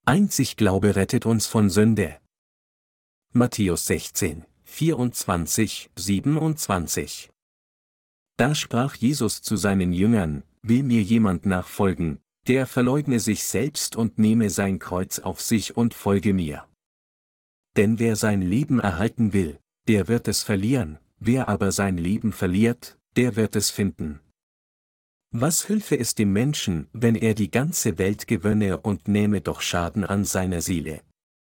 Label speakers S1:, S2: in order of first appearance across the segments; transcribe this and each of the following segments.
S1: Einzig Glaube rettet uns von Sünde. Matthäus 16, 24, 27. Da sprach Jesus zu seinen Jüngern: Will mir jemand nachfolgen, der verleugne sich selbst und nehme sein Kreuz auf sich und folge mir. Denn wer sein Leben erhalten will, der wird es verlieren, wer aber sein Leben verliert, der wird es finden. Was hülfe es dem Menschen, wenn er die ganze Welt gewönne und nähme doch Schaden an seiner Seele?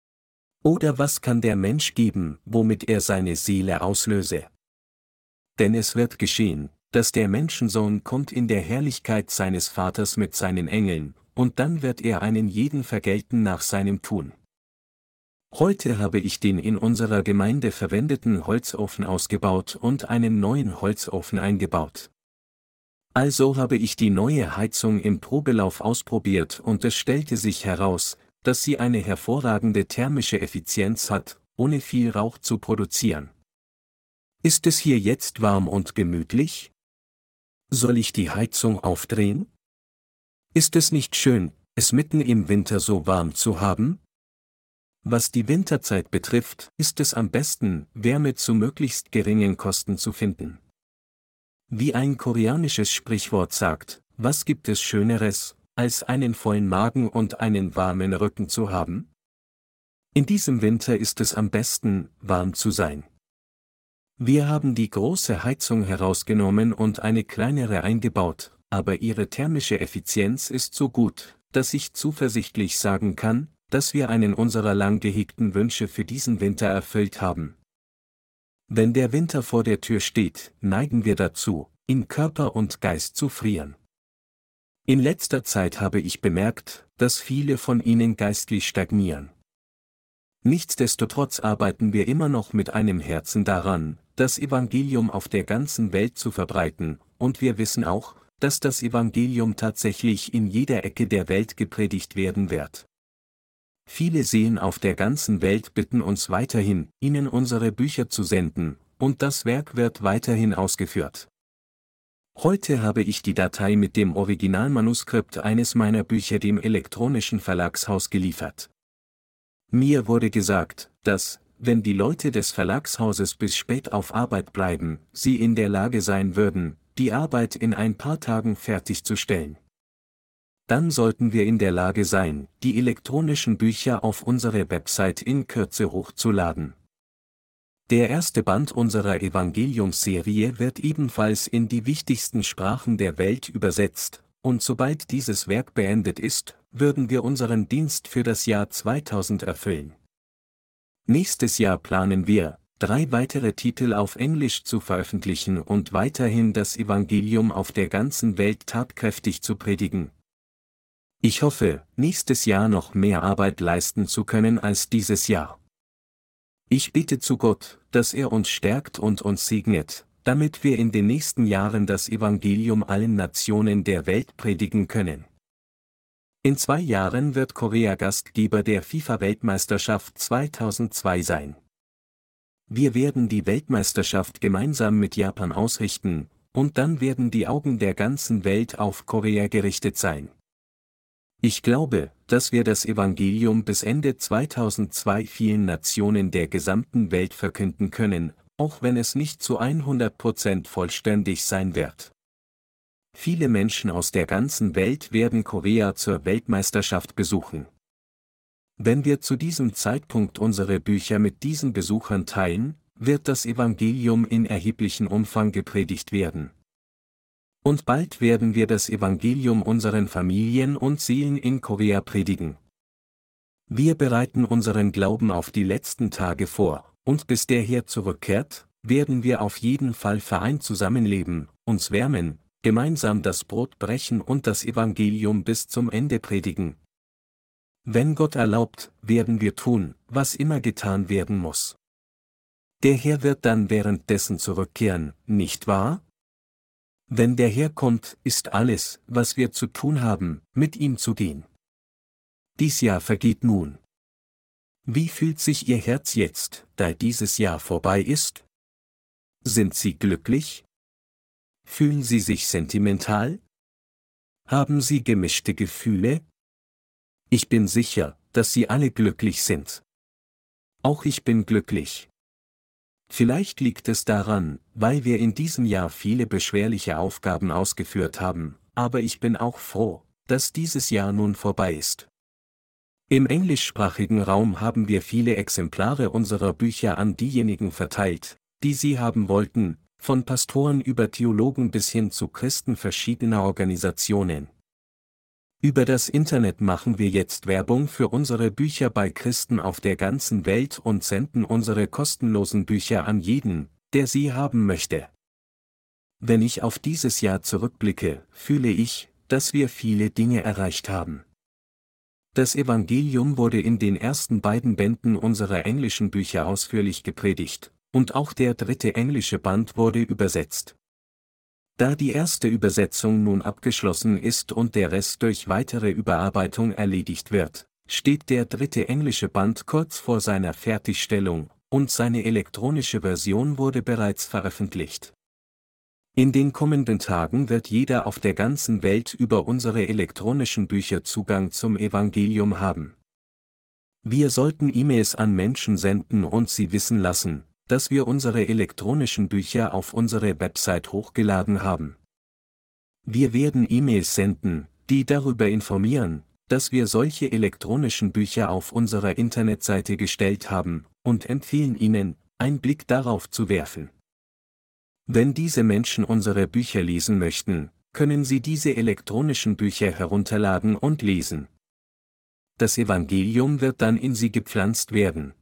S1: Oder was kann der Mensch geben, womit er seine Seele auslöse? Denn es wird geschehen, dass der Menschensohn kommt in der Herrlichkeit seines Vaters mit seinen Engeln, und dann wird er einen jeden vergelten nach seinem Tun. Heute habe ich den in unserer Gemeinde verwendeten Holzofen ausgebaut und einen neuen Holzofen eingebaut. Also habe ich die neue Heizung im Probelauf ausprobiert und es stellte sich heraus, dass sie eine hervorragende thermische Effizienz hat, ohne viel Rauch zu produzieren. Ist es hier jetzt warm und gemütlich? Soll ich die Heizung aufdrehen? Ist es nicht schön, es mitten im Winter so warm zu haben? Was die Winterzeit betrifft, ist es am besten, Wärme zu möglichst geringen Kosten zu finden. Wie ein koreanisches Sprichwort sagt: Was gibt es Schöneres, als einen vollen Magen und einen warmen Rücken zu haben? In diesem Winter ist es am besten, warm zu sein. Wir haben die große Heizung herausgenommen und eine kleinere eingebaut, aber ihre thermische Effizienz ist so gut, dass ich zuversichtlich sagen kann, dass wir einen unserer lang gehegten Wünsche für diesen Winter erfüllt haben. Wenn der Winter vor der Tür steht, neigen wir dazu, in Körper und Geist zu frieren. In letzter Zeit habe ich bemerkt, dass viele von ihnen geistlich stagnieren. Nichtsdestotrotz arbeiten wir immer noch mit einem Herzen daran, das Evangelium auf der ganzen Welt zu verbreiten, und wir wissen auch, dass das Evangelium tatsächlich in jeder Ecke der Welt gepredigt werden wird. Viele Seelen auf der ganzen Welt bitten uns weiterhin, ihnen unsere Bücher zu senden, und das Werk wird weiterhin ausgeführt. Heute habe ich die Datei mit dem Originalmanuskript eines meiner Bücher dem elektronischen Verlagshaus geliefert. Mir wurde gesagt, dass, wenn die Leute des Verlagshauses bis spät auf Arbeit bleiben, sie in der Lage sein würden, die Arbeit in ein paar Tagen fertigzustellen. Dann sollten wir in der Lage sein, die elektronischen Bücher auf unsere Website in Kürze hochzuladen. Der erste Band unserer Evangeliumsserie wird ebenfalls in die wichtigsten Sprachen der Welt übersetzt, und sobald dieses Werk beendet ist, würden wir unseren Dienst für das Jahr 2000 erfüllen. Nächstes Jahr planen wir, 3 weitere Titel auf Englisch zu veröffentlichen und weiterhin das Evangelium auf der ganzen Welt tatkräftig zu predigen. Ich hoffe, nächstes Jahr noch mehr Arbeit leisten zu können als dieses Jahr. Ich bete zu Gott, dass er uns stärkt und uns segnet, damit wir in den nächsten Jahren das Evangelium allen Nationen der Welt predigen können. In 2 Jahren wird Korea Gastgeber der FIFA-Weltmeisterschaft 2002 sein. Wir werden die Weltmeisterschaft gemeinsam mit Japan ausrichten, und dann werden die Augen der ganzen Welt auf Korea gerichtet sein. Ich glaube, dass wir das Evangelium bis Ende 2002 vielen Nationen der gesamten Welt verkünden können, auch wenn es nicht zu 100% vollständig sein wird. Viele Menschen aus der ganzen Welt werden Korea zur Weltmeisterschaft besuchen. Wenn wir zu diesem Zeitpunkt unsere Bücher mit diesen Besuchern teilen, wird das Evangelium in erheblichem Umfang gepredigt werden. Und bald werden wir das Evangelium unseren Familien und Seelen in Korea predigen. Wir bereiten unseren Glauben auf die letzten Tage vor, und bis der Herr zurückkehrt, werden wir auf jeden Fall vereint zusammenleben, uns wärmen, gemeinsam das Brot brechen und das Evangelium bis zum Ende predigen. Wenn Gott erlaubt, werden wir tun, was immer getan werden muss. Der Herr wird dann währenddessen zurückkehren, nicht wahr? Wenn der Herr kommt, ist alles, was wir zu tun haben, mit ihm zu gehen. Dies Jahr vergeht nun. Wie fühlt sich Ihr Herz jetzt, da dieses Jahr vorbei ist? Sind Sie glücklich? Fühlen Sie sich sentimental? Haben Sie gemischte Gefühle? Ich bin sicher, dass sie alle glücklich sind. Auch ich bin glücklich. Vielleicht liegt es daran, weil wir in diesem Jahr viele beschwerliche Aufgaben ausgeführt haben, aber ich bin auch froh, dass dieses Jahr nun vorbei ist. Im englischsprachigen Raum haben wir viele Exemplare unserer Bücher an diejenigen verteilt, die sie haben wollten, von Pastoren über Theologen bis hin zu Christen verschiedener Organisationen. Über das Internet machen wir jetzt Werbung für unsere Bücher bei Christen auf der ganzen Welt und senden unsere kostenlosen Bücher an jeden, der sie haben möchte. Wenn ich auf dieses Jahr zurückblicke, fühle ich, dass wir viele Dinge erreicht haben. Das Evangelium wurde in den ersten beiden Bänden unserer englischen Bücher ausführlich gepredigt, und auch der dritte englische Band wurde übersetzt. Da die erste Übersetzung nun abgeschlossen ist und der Rest durch weitere Überarbeitung erledigt wird, steht der dritte englische Band kurz vor seiner Fertigstellung, und seine elektronische Version wurde bereits veröffentlicht. In den kommenden Tagen wird jeder auf der ganzen Welt über unsere elektronischen Bücher Zugang zum Evangelium haben. Wir sollten E-Mails an Menschen senden und sie wissen lassen, dass wir unsere elektronischen Bücher auf unsere Website hochgeladen haben. Wir werden E-Mails senden, die darüber informieren, dass wir solche elektronischen Bücher auf unserer Internetseite gestellt haben, und empfehlen Ihnen, einen Blick darauf zu werfen. Wenn diese Menschen unsere Bücher lesen möchten, können sie diese elektronischen Bücher herunterladen und lesen. Das Evangelium wird dann in sie gepflanzt werden.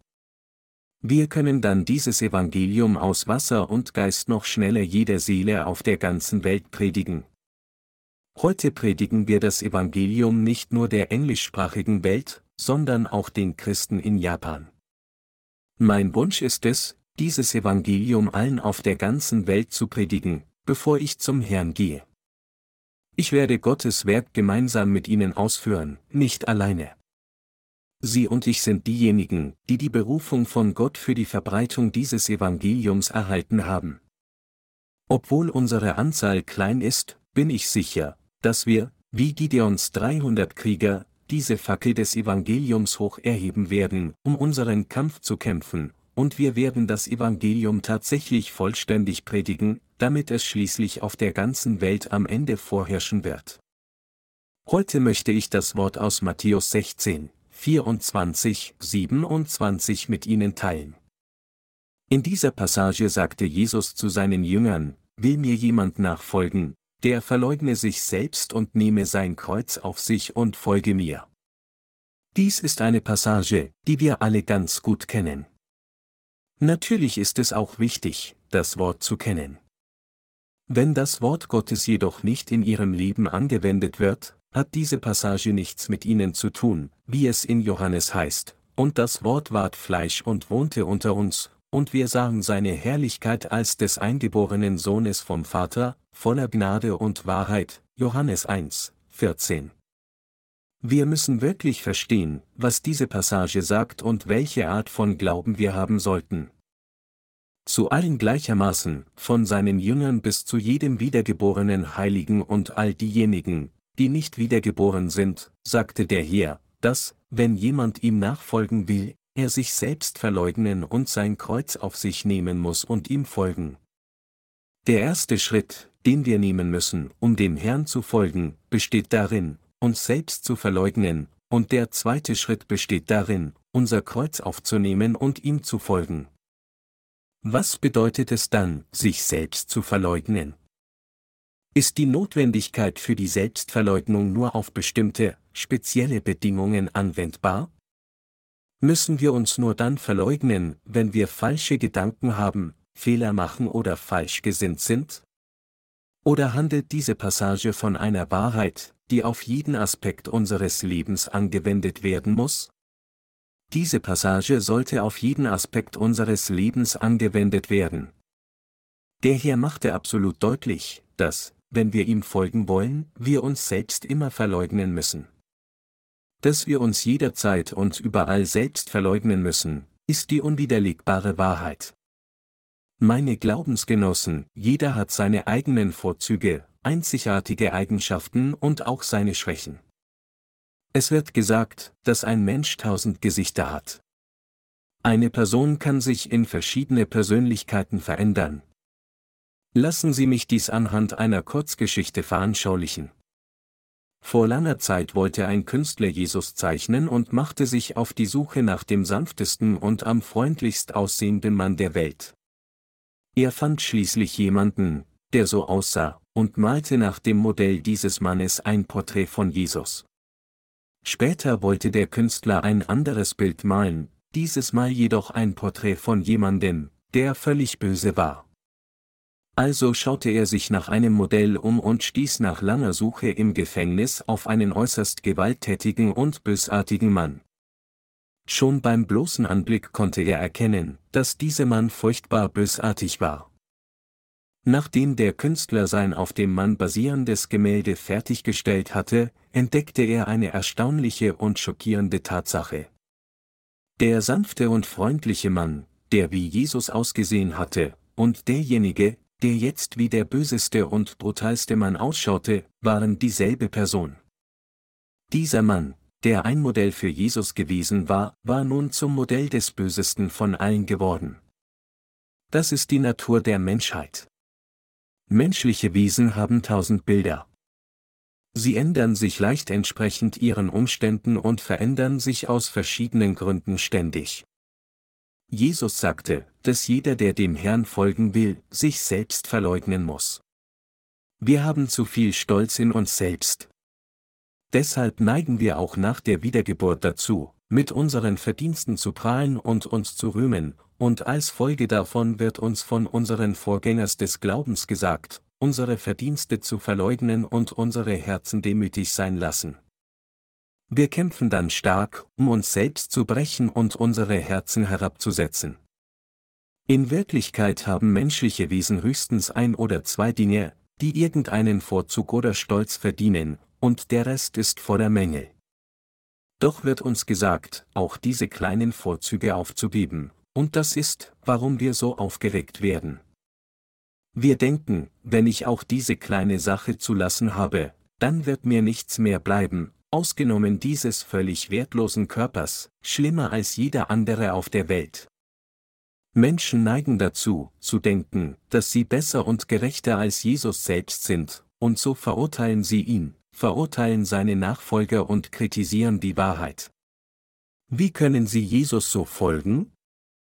S1: Wir können dann dieses Evangelium aus Wasser und Geist noch schneller jeder Seele auf der ganzen Welt predigen. Heute predigen wir das Evangelium nicht nur der englischsprachigen Welt, sondern auch den Christen in Japan. Mein Wunsch ist es, dieses Evangelium allen auf der ganzen Welt zu predigen, bevor ich zum Herrn gehe. Ich werde Gottes Werk gemeinsam mit ihnen ausführen, nicht alleine. Sie und ich sind diejenigen, die die Berufung von Gott für die Verbreitung dieses Evangeliums erhalten haben. Obwohl unsere Anzahl klein ist, bin ich sicher, dass wir, wie Gideons 300 Krieger, diese Fackel des Evangeliums hoch erheben werden, um unseren Kampf zu kämpfen, und wir werden das Evangelium tatsächlich vollständig predigen, damit es schließlich auf der ganzen Welt am Ende vorherrschen wird. Heute möchte ich das Wort aus Matthäus 16, 24, 27 mit Ihnen teilen. In dieser Passage sagte Jesus zu seinen Jüngern: Will mir jemand nachfolgen, der verleugne sich selbst und nehme sein Kreuz auf sich und folge mir. Dies ist eine Passage, die wir alle ganz gut kennen. Natürlich ist es auch wichtig, das Wort zu kennen. Wenn das Wort Gottes jedoch nicht in Ihrem Leben angewendet wird, hat diese Passage nichts mit Ihnen zu tun, wie es in Johannes heißt, und das Wort ward Fleisch und wohnte unter uns, und wir sahen seine Herrlichkeit als des eingeborenen Sohnes vom Vater, voller Gnade und Wahrheit, Johannes 1, 14. Wir müssen wirklich verstehen, was diese Passage sagt und welche Art von Glauben wir haben sollten. Zu allen gleichermaßen, von seinen Jüngern bis zu jedem wiedergeborenen Heiligen und all diejenigen, die nicht wiedergeboren sind, sagte der Herr, dass, wenn jemand ihm nachfolgen will, er sich selbst verleugnen und sein Kreuz auf sich nehmen muss und ihm folgen. Der erste Schritt, den wir nehmen müssen, um dem Herrn zu folgen, besteht darin, uns selbst zu verleugnen, und der zweite Schritt besteht darin, unser Kreuz aufzunehmen und ihm zu folgen. Was bedeutet es dann, sich selbst zu verleugnen? Ist die Notwendigkeit für die Selbstverleugnung nur auf bestimmte, spezielle Bedingungen anwendbar? Müssen wir uns nur dann verleugnen, wenn wir falsche Gedanken haben, Fehler machen oder falsch gesinnt sind? Oder handelt diese Passage von einer Wahrheit, die auf jeden Aspekt unseres Lebens angewendet werden muss? Diese Passage sollte auf jeden Aspekt unseres Lebens angewendet werden. Der Herr machte absolut deutlich, dass, wenn wir ihm folgen wollen, wir uns selbst immer verleugnen müssen. Dass wir uns jederzeit und überall selbst verleugnen müssen, ist die unwiderlegbare Wahrheit. Meine Glaubensgenossen, jeder hat seine eigenen Vorzüge, einzigartige Eigenschaften und auch seine Schwächen. Es wird gesagt, dass ein Mensch 1000 Gesichter hat. Eine Person kann sich in verschiedene Persönlichkeiten verändern. Lassen Sie mich dies anhand einer Kurzgeschichte veranschaulichen. Vor langer Zeit wollte ein Künstler Jesus zeichnen und machte sich auf die Suche nach dem sanftesten und am freundlichst aussehenden Mann der Welt. Er fand schließlich jemanden, der so aussah, und malte nach dem Modell dieses Mannes ein Porträt von Jesus. Später wollte der Künstler ein anderes Bild malen, dieses Mal jedoch ein Porträt von jemandem, der völlig böse war. Also schaute er sich nach einem Modell um und stieß nach langer Suche im Gefängnis auf einen äußerst gewalttätigen und bösartigen Mann. Schon beim bloßen Anblick konnte er erkennen, dass dieser Mann furchtbar bösartig war. Nachdem der Künstler sein auf dem Mann basierendes Gemälde fertiggestellt hatte, entdeckte er eine erstaunliche und schockierende Tatsache. Der sanfte und freundliche Mann, der wie Jesus ausgesehen hatte, und derjenige, der jetzt wie der böseste und brutalste Mann ausschaute, waren dieselbe Person. Dieser Mann, der ein Modell für Jesus gewesen war, war nun zum Modell des Bösesten von allen geworden. Das ist die Natur der Menschheit. Menschliche Wesen haben 1000 Bilder. Sie ändern sich leicht entsprechend ihren Umständen und verändern sich aus verschiedenen Gründen ständig. Jesus sagte, dass jeder, der dem Herrn folgen will, sich selbst verleugnen muss. Wir haben zu viel Stolz in uns selbst. Deshalb neigen wir auch nach der Wiedergeburt dazu, mit unseren Verdiensten zu prahlen und uns zu rühmen, und als Folge davon wird uns von unseren Vorgängern des Glaubens gesagt, unsere Verdienste zu verleugnen und unsere Herzen demütig sein lassen. Wir kämpfen dann stark, um uns selbst zu brechen und unsere Herzen herabzusetzen. In Wirklichkeit haben menschliche Wesen höchstens ein oder zwei Dinge, die irgendeinen Vorzug oder Stolz verdienen, und der Rest ist voller Mängel. Doch wird uns gesagt, auch diese kleinen Vorzüge aufzugeben, und das ist, warum wir so aufgeregt werden. Wir denken, wenn ich auch diese kleine Sache zu lassen habe, dann wird mir nichts mehr bleiben, ausgenommen dieses völlig wertlosen Körpers, schlimmer als jeder andere auf der Welt. Menschen neigen dazu, zu denken, dass sie besser und gerechter als Jesus selbst sind, und so verurteilen sie ihn, verurteilen seine Nachfolger und kritisieren die Wahrheit. Wie können sie Jesus so folgen?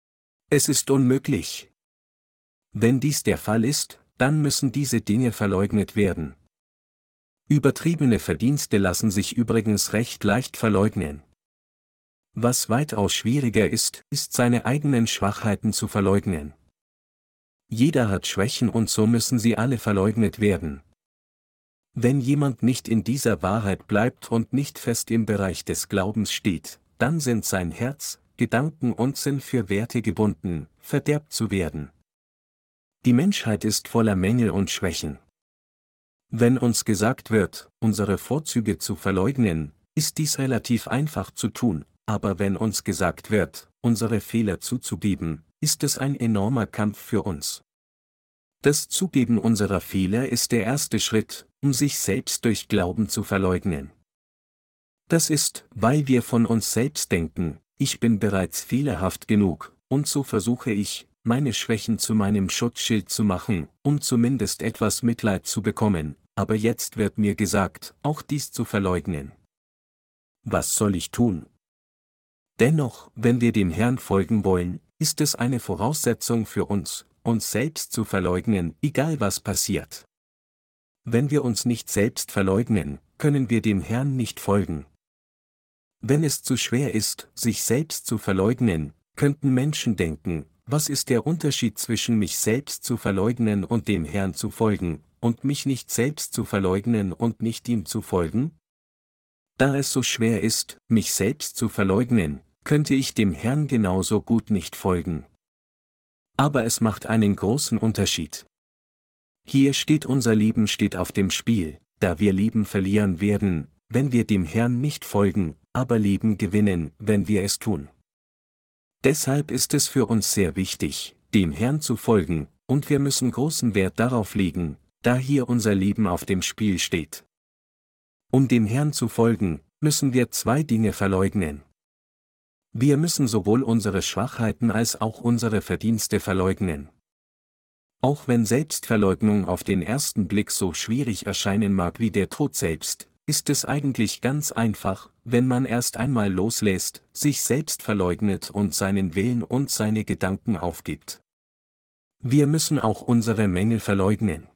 S1: Es ist unmöglich. Wenn dies der Fall ist, dann müssen diese Dinge verleugnet werden. Übertriebene Verdienste lassen sich übrigens recht leicht verleugnen. Was weitaus schwieriger ist, ist seine eigenen Schwachheiten zu verleugnen. Jeder hat Schwächen und so müssen sie alle verleugnet werden. Wenn jemand nicht in dieser Wahrheit bleibt und nicht fest im Bereich des Glaubens steht, dann sind sein Herz, Gedanken und Sinn für Werte gebunden, verderbt zu werden. Die Menschheit ist voller Mängel und Schwächen. Wenn uns gesagt wird, unsere Vorzüge zu verleugnen, ist dies relativ einfach zu tun, aber wenn uns gesagt wird, unsere Fehler zuzugeben, ist es ein enormer Kampf für uns. Das Zugeben unserer Fehler ist der erste Schritt, um sich selbst durch Glauben zu verleugnen. Das ist, weil wir von uns selbst denken, ich bin bereits fehlerhaft genug, und so versuche ich, meine Schwächen zu meinem Schutzschild zu machen, um zumindest etwas Mitleid zu bekommen, aber jetzt wird mir gesagt, auch dies zu verleugnen. Was soll ich tun? Dennoch, wenn wir dem Herrn folgen wollen, ist es eine Voraussetzung für uns, uns selbst zu verleugnen, egal was passiert. Wenn wir uns nicht selbst verleugnen, können wir dem Herrn nicht folgen. Wenn es zu schwer ist, sich selbst zu verleugnen, könnten Menschen denken, was ist der Unterschied zwischen mich selbst zu verleugnen und dem Herrn zu folgen, und mich nicht selbst zu verleugnen und nicht ihm zu folgen? Da es so schwer ist, mich selbst zu verleugnen, könnte ich dem Herrn genauso gut nicht folgen. Aber es macht einen großen Unterschied. Hier steht unser Leben steht auf dem Spiel, da wir Leben verlieren werden, wenn wir dem Herrn nicht folgen, aber Leben gewinnen, wenn wir es tun. Deshalb ist es für uns sehr wichtig, dem Herrn zu folgen, und wir müssen großen Wert darauf legen, da hier unser Leben auf dem Spiel steht. Um dem Herrn zu folgen, müssen wir zwei Dinge verleugnen. Wir müssen sowohl unsere Schwachheiten als auch unsere Verdienste verleugnen. Auch wenn Selbstverleugnung auf den ersten Blick so schwierig erscheinen mag wie der Tod selbst, ist es eigentlich ganz einfach, wenn man erst einmal loslässt, sich selbst verleugnet und seinen Willen und seine Gedanken aufgibt. Wir müssen auch unsere Mängel verleugnen.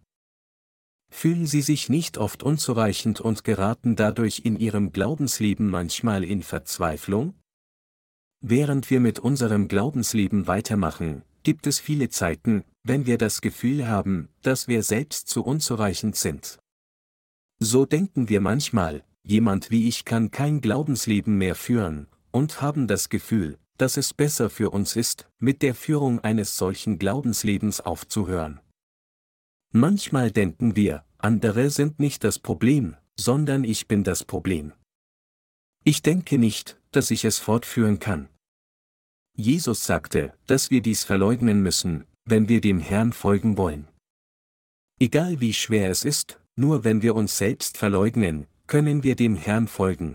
S1: Fühlen Sie sich nicht oft unzureichend und geraten dadurch in Ihrem Glaubensleben manchmal in Verzweiflung? Während wir mit unserem Glaubensleben weitermachen, gibt es viele Zeiten, wenn wir das Gefühl haben, dass wir selbst zu unzureichend sind. So denken wir manchmal, jemand wie ich kann kein Glaubensleben mehr führen, und haben das Gefühl, dass es besser für uns ist, mit der Führung eines solchen Glaubenslebens aufzuhören. Manchmal denken wir, andere sind nicht das Problem, sondern ich bin das Problem. Ich denke nicht, dass ich es fortführen kann. Jesus sagte, dass wir dies verleugnen müssen, wenn wir dem Herrn folgen wollen. Egal wie schwer es ist, nur wenn wir uns selbst verleugnen, können wir dem Herrn folgen.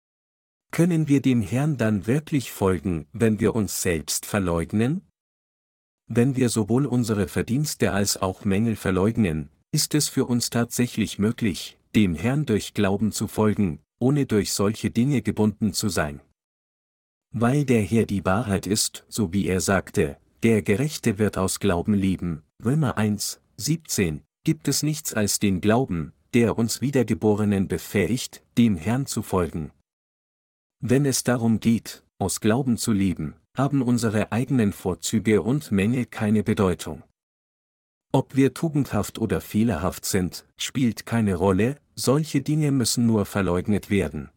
S1: Können wir dem Herrn dann wirklich folgen, wenn wir uns selbst verleugnen? Wenn wir sowohl unsere Verdienste als auch Mängel verleugnen, ist es für uns tatsächlich möglich, dem Herrn durch Glauben zu folgen, ohne durch solche Dinge gebunden zu sein. Weil der Herr die Wahrheit ist, so wie er sagte, der Gerechte wird aus Glauben leben, Römer 1, 17, gibt es nichts als den Glauben, der uns Wiedergeborenen befähigt, dem Herrn zu folgen. Wenn es darum geht, aus Glauben zu leben, haben unsere eigenen Vorzüge und Mängel keine Bedeutung. Ob wir tugendhaft oder fehlerhaft sind, spielt keine Rolle, solche Dinge müssen nur verleugnet werden.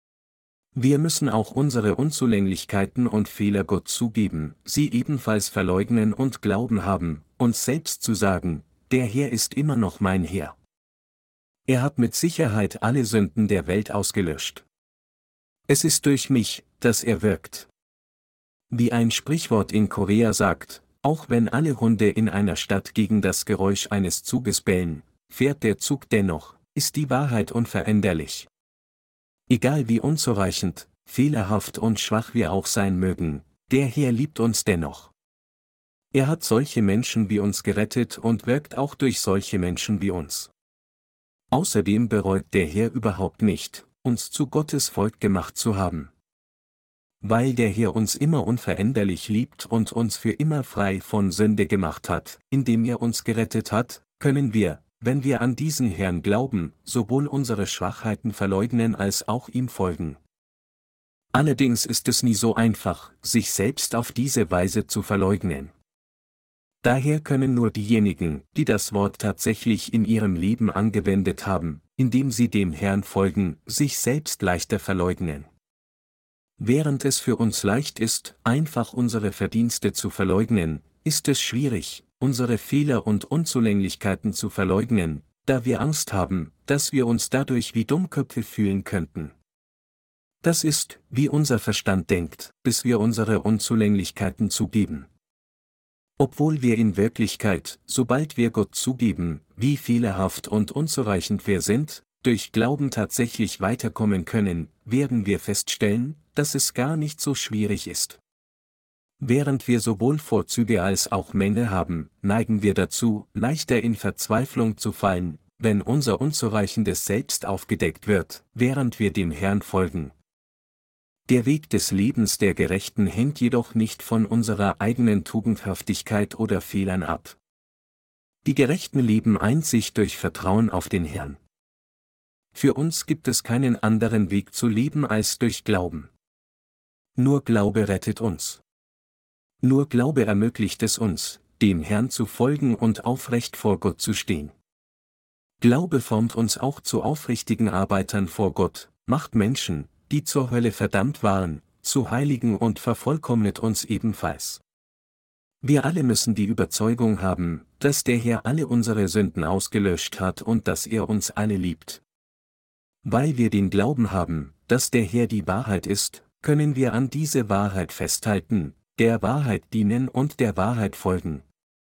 S1: Wir müssen auch unsere Unzulänglichkeiten und Fehler Gott zugeben, sie ebenfalls verleugnen und Glauben haben, uns selbst zu sagen, der Herr ist immer noch mein Herr. Er hat mit Sicherheit alle Sünden der Welt ausgelöscht. Es ist durch mich, dass er wirkt. Wie ein Sprichwort in Korea sagt, auch wenn alle Hunde in einer Stadt gegen das Geräusch eines Zuges bellen, fährt der Zug dennoch, ist die Wahrheit unveränderlich. Egal wie unzureichend, fehlerhaft und schwach wir auch sein mögen, der Herr liebt uns dennoch. Er hat solche Menschen wie uns gerettet und wirkt auch durch solche Menschen wie uns. Außerdem bereut der Herr überhaupt nicht, uns zu Gottes Volk gemacht zu haben. Weil der Herr uns immer unveränderlich liebt und uns für immer frei von Sünde gemacht hat, indem er uns gerettet hat, können wir, wenn wir an diesen Herrn glauben, sowohl unsere Schwachheiten verleugnen als auch ihm folgen. Allerdings ist es nie so einfach, sich selbst auf diese Weise zu verleugnen. Daher können nur diejenigen, die das Wort tatsächlich in ihrem Leben angewendet haben, indem sie dem Herrn folgen, sich selbst leichter verleugnen. Während es für uns leicht ist, einfach unsere Verdienste zu verleugnen, ist es schwierig, unsere Fehler und Unzulänglichkeiten zu verleugnen, da wir Angst haben, dass wir uns dadurch wie Dummköpfe fühlen könnten. Das ist, wie unser Verstand denkt, bis wir unsere Unzulänglichkeiten zugeben. Obwohl wir in Wirklichkeit, sobald wir Gott zugeben, wie fehlerhaft und unzureichend wir sind, durch Glauben tatsächlich weiterkommen können, werden wir feststellen, dass es gar nicht so schwierig ist. Während wir sowohl Vorzüge als auch Mängel haben, neigen wir dazu, leichter in Verzweiflung zu fallen, wenn unser unzureichendes Selbst aufgedeckt wird, während wir dem Herrn folgen. Der Weg des Lebens der Gerechten hängt jedoch nicht von unserer eigenen Tugendhaftigkeit oder Fehlern ab. Die Gerechten leben einzig durch Vertrauen auf den Herrn. Für uns gibt es keinen anderen Weg zu leben als durch Glauben. Nur Glaube rettet uns. Nur Glaube ermöglicht es uns, dem Herrn zu folgen und aufrecht vor Gott zu stehen. Glaube formt uns auch zu aufrichtigen Arbeitern vor Gott, macht Menschen, die zur Hölle verdammt waren, zu Heiligen und vervollkommnet uns ebenfalls. Wir alle müssen die Überzeugung haben, dass der Herr alle unsere Sünden ausgelöscht hat und dass er uns alle liebt. Weil wir den Glauben haben, dass der Herr die Wahrheit ist, können wir an diese Wahrheit festhalten, der Wahrheit dienen und der Wahrheit folgen.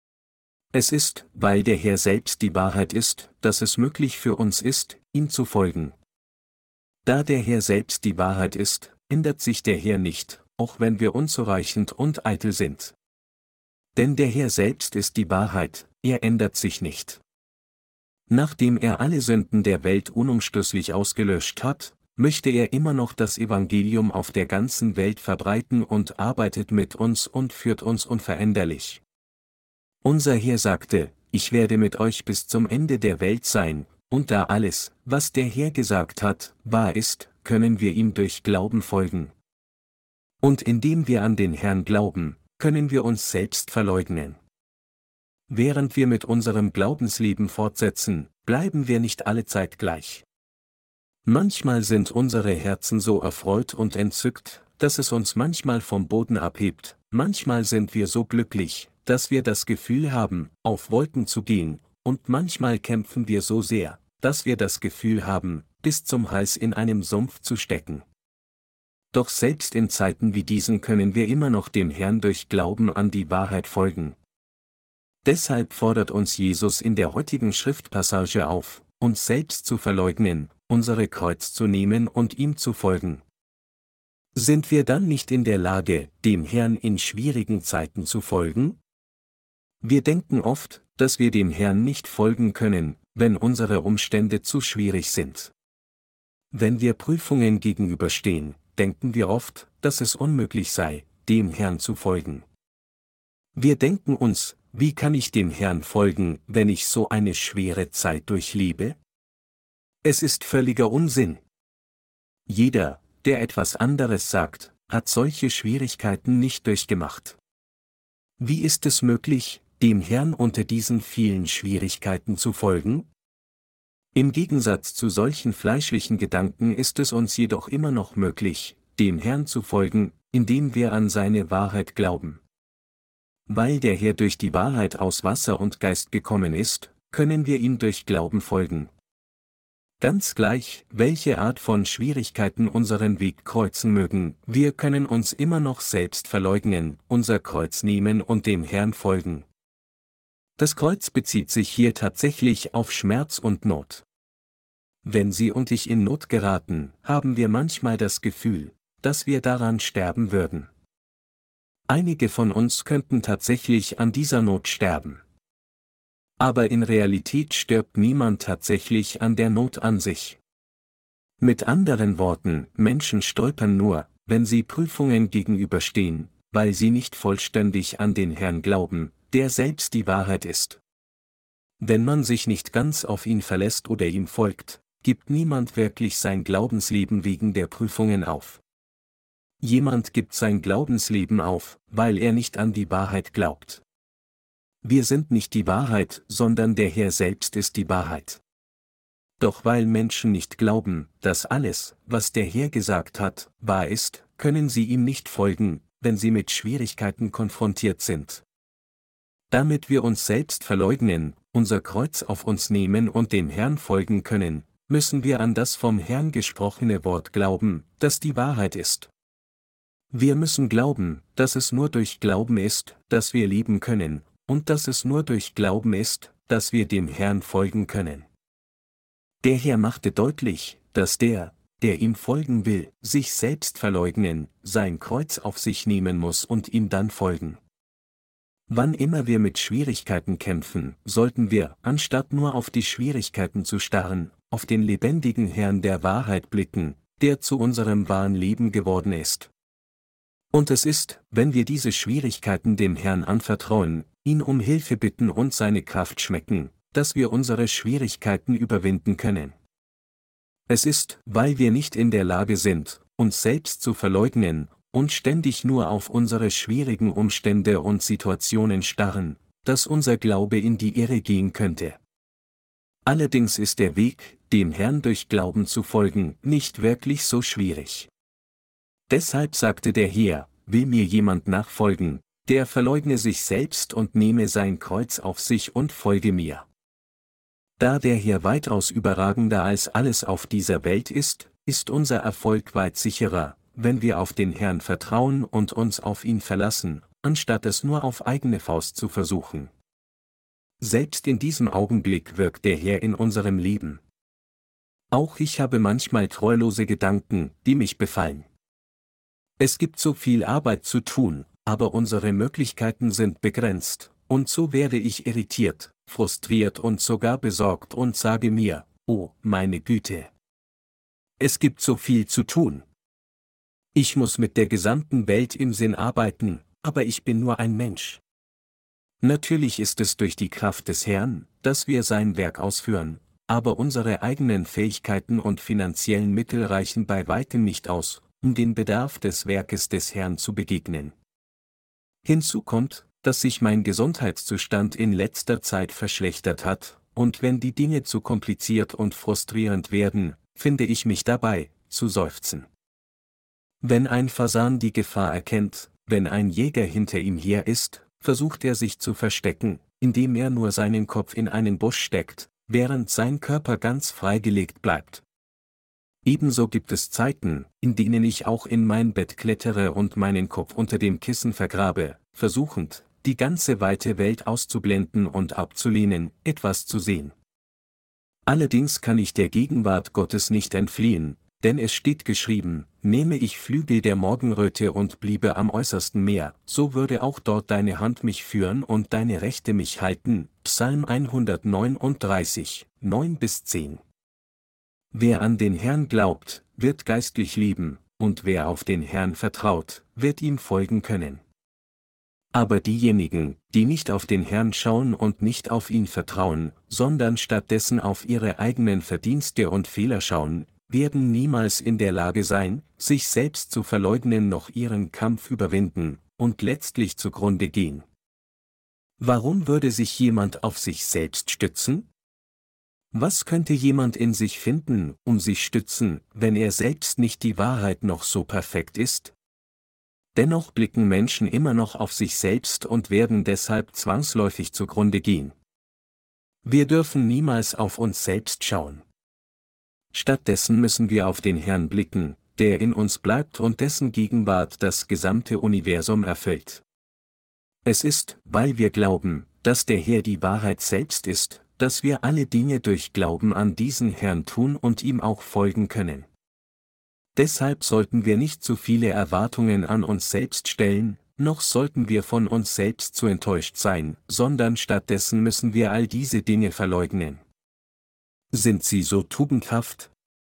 S1: Es ist, weil der Herr selbst die Wahrheit ist, dass es möglich für uns ist, ihm zu folgen. Da der Herr selbst die Wahrheit ist, ändert sich der Herr nicht, auch wenn wir unzureichend und eitel sind. Denn der Herr selbst ist die Wahrheit, er ändert sich nicht. Nachdem er alle Sünden der Welt unumstößlich ausgelöscht hat, möchte er immer noch das Evangelium auf der ganzen Welt verbreiten und arbeitet mit uns und führt uns unveränderlich. Unser Herr sagte, ich werde mit euch bis zum Ende der Welt sein, und da alles, was der Herr gesagt hat, wahr ist, können wir ihm durch Glauben folgen. Und indem wir an den Herrn glauben, können wir uns selbst verleugnen. Während wir mit unserem Glaubensleben fortsetzen, bleiben wir nicht allezeit gleich. Manchmal sind unsere Herzen so erfreut und entzückt, dass es uns manchmal vom Boden abhebt, manchmal sind wir so glücklich, dass wir das Gefühl haben, auf Wolken zu gehen, und manchmal kämpfen wir so sehr, dass wir das Gefühl haben, bis zum Hals in einem Sumpf zu stecken. Doch selbst in Zeiten wie diesen können wir immer noch dem Herrn durch Glauben an die Wahrheit folgen. Deshalb fordert uns Jesus in der heutigen Schriftpassage auf, uns selbst zu verleugnen, unsere Kreuz zu nehmen und ihm zu folgen. Sind wir dann nicht in der Lage, dem Herrn in schwierigen Zeiten zu folgen? Wir denken oft, dass wir dem Herrn nicht folgen können, wenn unsere Umstände zu schwierig sind. Wenn wir Prüfungen gegenüberstehen, denken wir oft, dass es unmöglich sei, dem Herrn zu folgen. Wir denken uns, wie kann ich dem Herrn folgen, wenn ich so eine schwere Zeit durchlebe? Es ist völliger Unsinn. Jeder, der etwas anderes sagt, hat solche Schwierigkeiten nicht durchgemacht. Wie ist es möglich, dem Herrn unter diesen vielen Schwierigkeiten zu folgen? Im Gegensatz zu solchen fleischlichen Gedanken ist es uns jedoch immer noch möglich, dem Herrn zu folgen, indem wir an seine Wahrheit glauben. Weil der Herr durch die Wahrheit aus Wasser und Geist gekommen ist, können wir ihm durch Glauben folgen. Ganz gleich, welche Art von Schwierigkeiten unseren Weg kreuzen mögen, wir können uns immer noch selbst verleugnen, unser Kreuz nehmen und dem Herrn folgen. Das Kreuz bezieht sich hier tatsächlich auf Schmerz und Not. Wenn Sie und ich in Not geraten, haben wir manchmal das Gefühl, dass wir daran sterben würden. Einige von uns könnten tatsächlich an dieser Not sterben. Aber in Realität stirbt niemand tatsächlich an der Not an sich. Mit anderen Worten, Menschen stolpern nur, wenn sie Prüfungen gegenüberstehen, weil sie nicht vollständig an den Herrn glauben, der selbst die Wahrheit ist. Wenn man sich nicht ganz auf ihn verlässt oder ihm folgt, gibt niemand wirklich sein Glaubensleben wegen der Prüfungen auf. Jemand gibt sein Glaubensleben auf, weil er nicht an die Wahrheit glaubt. Wir sind nicht die Wahrheit, sondern der Herr selbst ist die Wahrheit. Doch weil Menschen nicht glauben, dass alles, was der Herr gesagt hat, wahr ist, können sie ihm nicht folgen, wenn sie mit Schwierigkeiten konfrontiert sind. Damit wir uns selbst verleugnen, unser Kreuz auf uns nehmen und dem Herrn folgen können, müssen wir an das vom Herrn gesprochene Wort glauben, das die Wahrheit ist. Wir müssen glauben, dass es nur durch Glauben ist, dass wir leben können, und dass es nur durch Glauben ist, dass wir dem Herrn folgen können. Der Herr machte deutlich, dass der ihm folgen will, sich selbst verleugnen, sein Kreuz auf sich nehmen muss und ihm dann folgen. Wann immer wir mit Schwierigkeiten kämpfen, sollten wir, anstatt nur auf die Schwierigkeiten zu starren, auf den lebendigen Herrn der Wahrheit blicken, der zu unserem wahren Leben geworden ist. Und es ist, wenn wir diese Schwierigkeiten dem Herrn anvertrauen, ihn um Hilfe bitten und seine Kraft schmecken, dass wir unsere Schwierigkeiten überwinden können. Es ist, weil wir nicht in der Lage sind, uns selbst zu verleugnen, und ständig nur auf unsere schwierigen Umstände und Situationen starren, dass unser Glaube in die Irre gehen könnte. Allerdings ist der Weg, dem Herrn durch Glauben zu folgen, nicht wirklich so schwierig. Deshalb sagte der Herr, will mir jemand nachfolgen, der verleugne sich selbst und nehme sein Kreuz auf sich und folge mir. Da der Herr weitaus überragender als alles auf dieser Welt ist, ist unser Erfolg weit sicherer, wenn wir auf den Herrn vertrauen und uns auf ihn verlassen, anstatt es nur auf eigene Faust zu versuchen. Selbst in diesem Augenblick wirkt der Herr in unserem Leben. Auch ich habe manchmal treulose Gedanken, die mich befallen. Es gibt so viel Arbeit zu tun, aber unsere Möglichkeiten sind begrenzt, und so werde ich irritiert, frustriert und sogar besorgt und sage mir, oh, meine Güte. Es gibt so viel zu tun. Ich muss mit der gesamten Welt im Sinn arbeiten, aber ich bin nur ein Mensch. Natürlich ist es durch die Kraft des Herrn, dass wir sein Werk ausführen, aber unsere eigenen Fähigkeiten und finanziellen Mittel reichen bei weitem nicht aus, um den Bedarf des Werkes des Herrn zu begegnen. Hinzu kommt, dass sich mein Gesundheitszustand in letzter Zeit verschlechtert hat, und wenn die Dinge zu kompliziert und frustrierend werden, finde ich mich dabei, zu seufzen. Wenn ein Fasan die Gefahr erkennt, wenn ein Jäger hinter ihm her ist, versucht er sich zu verstecken, indem er nur seinen Kopf in einen Busch steckt, während sein Körper ganz freigelegt bleibt. Ebenso gibt es Zeiten, in denen ich auch in mein Bett klettere und meinen Kopf unter dem Kissen vergrabe, versuchend, die ganze weite Welt auszublenden und abzulehnen, etwas zu sehen. Allerdings kann ich der Gegenwart Gottes nicht entfliehen, denn es steht geschrieben, nehme ich Flügel der Morgenröte und bliebe am äußersten Meer, so würde auch dort deine Hand mich führen und deine Rechte mich halten. Psalm 139, 9-10. Wer an den Herrn glaubt, wird geistlich leben, und wer auf den Herrn vertraut, wird ihm folgen können. Aber diejenigen, die nicht auf den Herrn schauen und nicht auf ihn vertrauen, sondern stattdessen auf ihre eigenen Verdienste und Fehler schauen, werden niemals in der Lage sein, sich selbst zu verleugnen noch ihren Kampf überwinden, und letztlich zugrunde gehen. Warum würde sich jemand auf sich selbst stützen? Was könnte jemand in sich finden, um sich stützen, wenn er selbst nicht die Wahrheit noch so perfekt ist? Dennoch blicken Menschen immer noch auf sich selbst und werden deshalb zwangsläufig zugrunde gehen. Wir dürfen niemals auf uns selbst schauen. Stattdessen müssen wir auf den Herrn blicken, der in uns bleibt und dessen Gegenwart das gesamte Universum erfüllt. Es ist, weil wir glauben, dass der Herr die Wahrheit selbst ist, dass wir alle Dinge durch Glauben an diesen Herrn tun und ihm auch folgen können. Deshalb sollten wir nicht zu viele Erwartungen an uns selbst stellen, noch sollten wir von uns selbst zu enttäuscht sein, sondern stattdessen müssen wir all diese Dinge verleugnen. Sind sie so tugendhaft?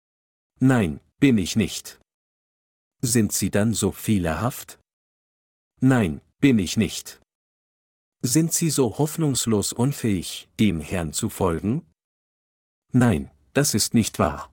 S1: Nein, bin ich nicht. Sind sie dann so fehlerhaft? Nein, bin ich nicht. Sind sie so hoffnungslos unfähig, dem Herrn zu folgen? Nein, das ist nicht wahr.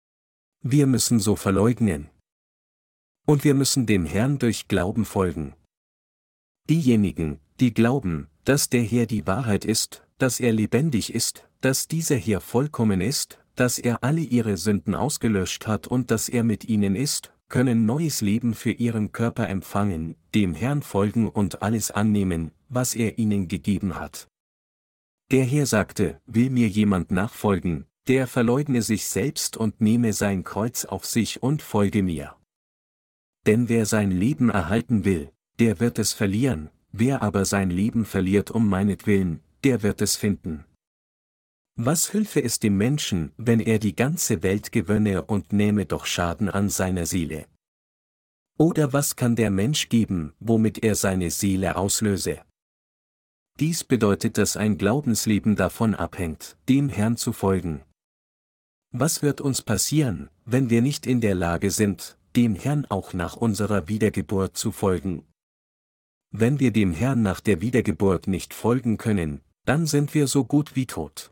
S1: Wir müssen so verleugnen. Und wir müssen dem Herrn durch Glauben folgen. Diejenigen, die glauben, dass der Herr die Wahrheit ist, dass er lebendig ist, dass dieser Herr vollkommen ist, dass er alle ihre Sünden ausgelöscht hat und dass er mit ihnen ist, können neues Leben für ihren Körper empfangen, dem Herrn folgen und alles annehmen, was er ihnen gegeben hat. Der Herr sagte, will mir jemand nachfolgen, der verleugne sich selbst und nehme sein Kreuz auf sich und folge mir. Denn wer sein Leben erhalten will, der wird es verlieren, wer aber sein Leben verliert um meinetwillen, der wird es finden. Was hülfe es dem Menschen, wenn er die ganze Welt gewönne und nähme doch Schaden an seiner Seele? Oder was kann der Mensch geben, womit er seine Seele auslöse? Dies bedeutet, dass ein Glaubensleben davon abhängt, dem Herrn zu folgen. Was wird uns passieren, wenn wir nicht in der Lage sind, dem Herrn auch nach unserer Wiedergeburt zu folgen? Wenn wir dem Herrn nach der Wiedergeburt nicht folgen können, dann sind wir so gut wie tot.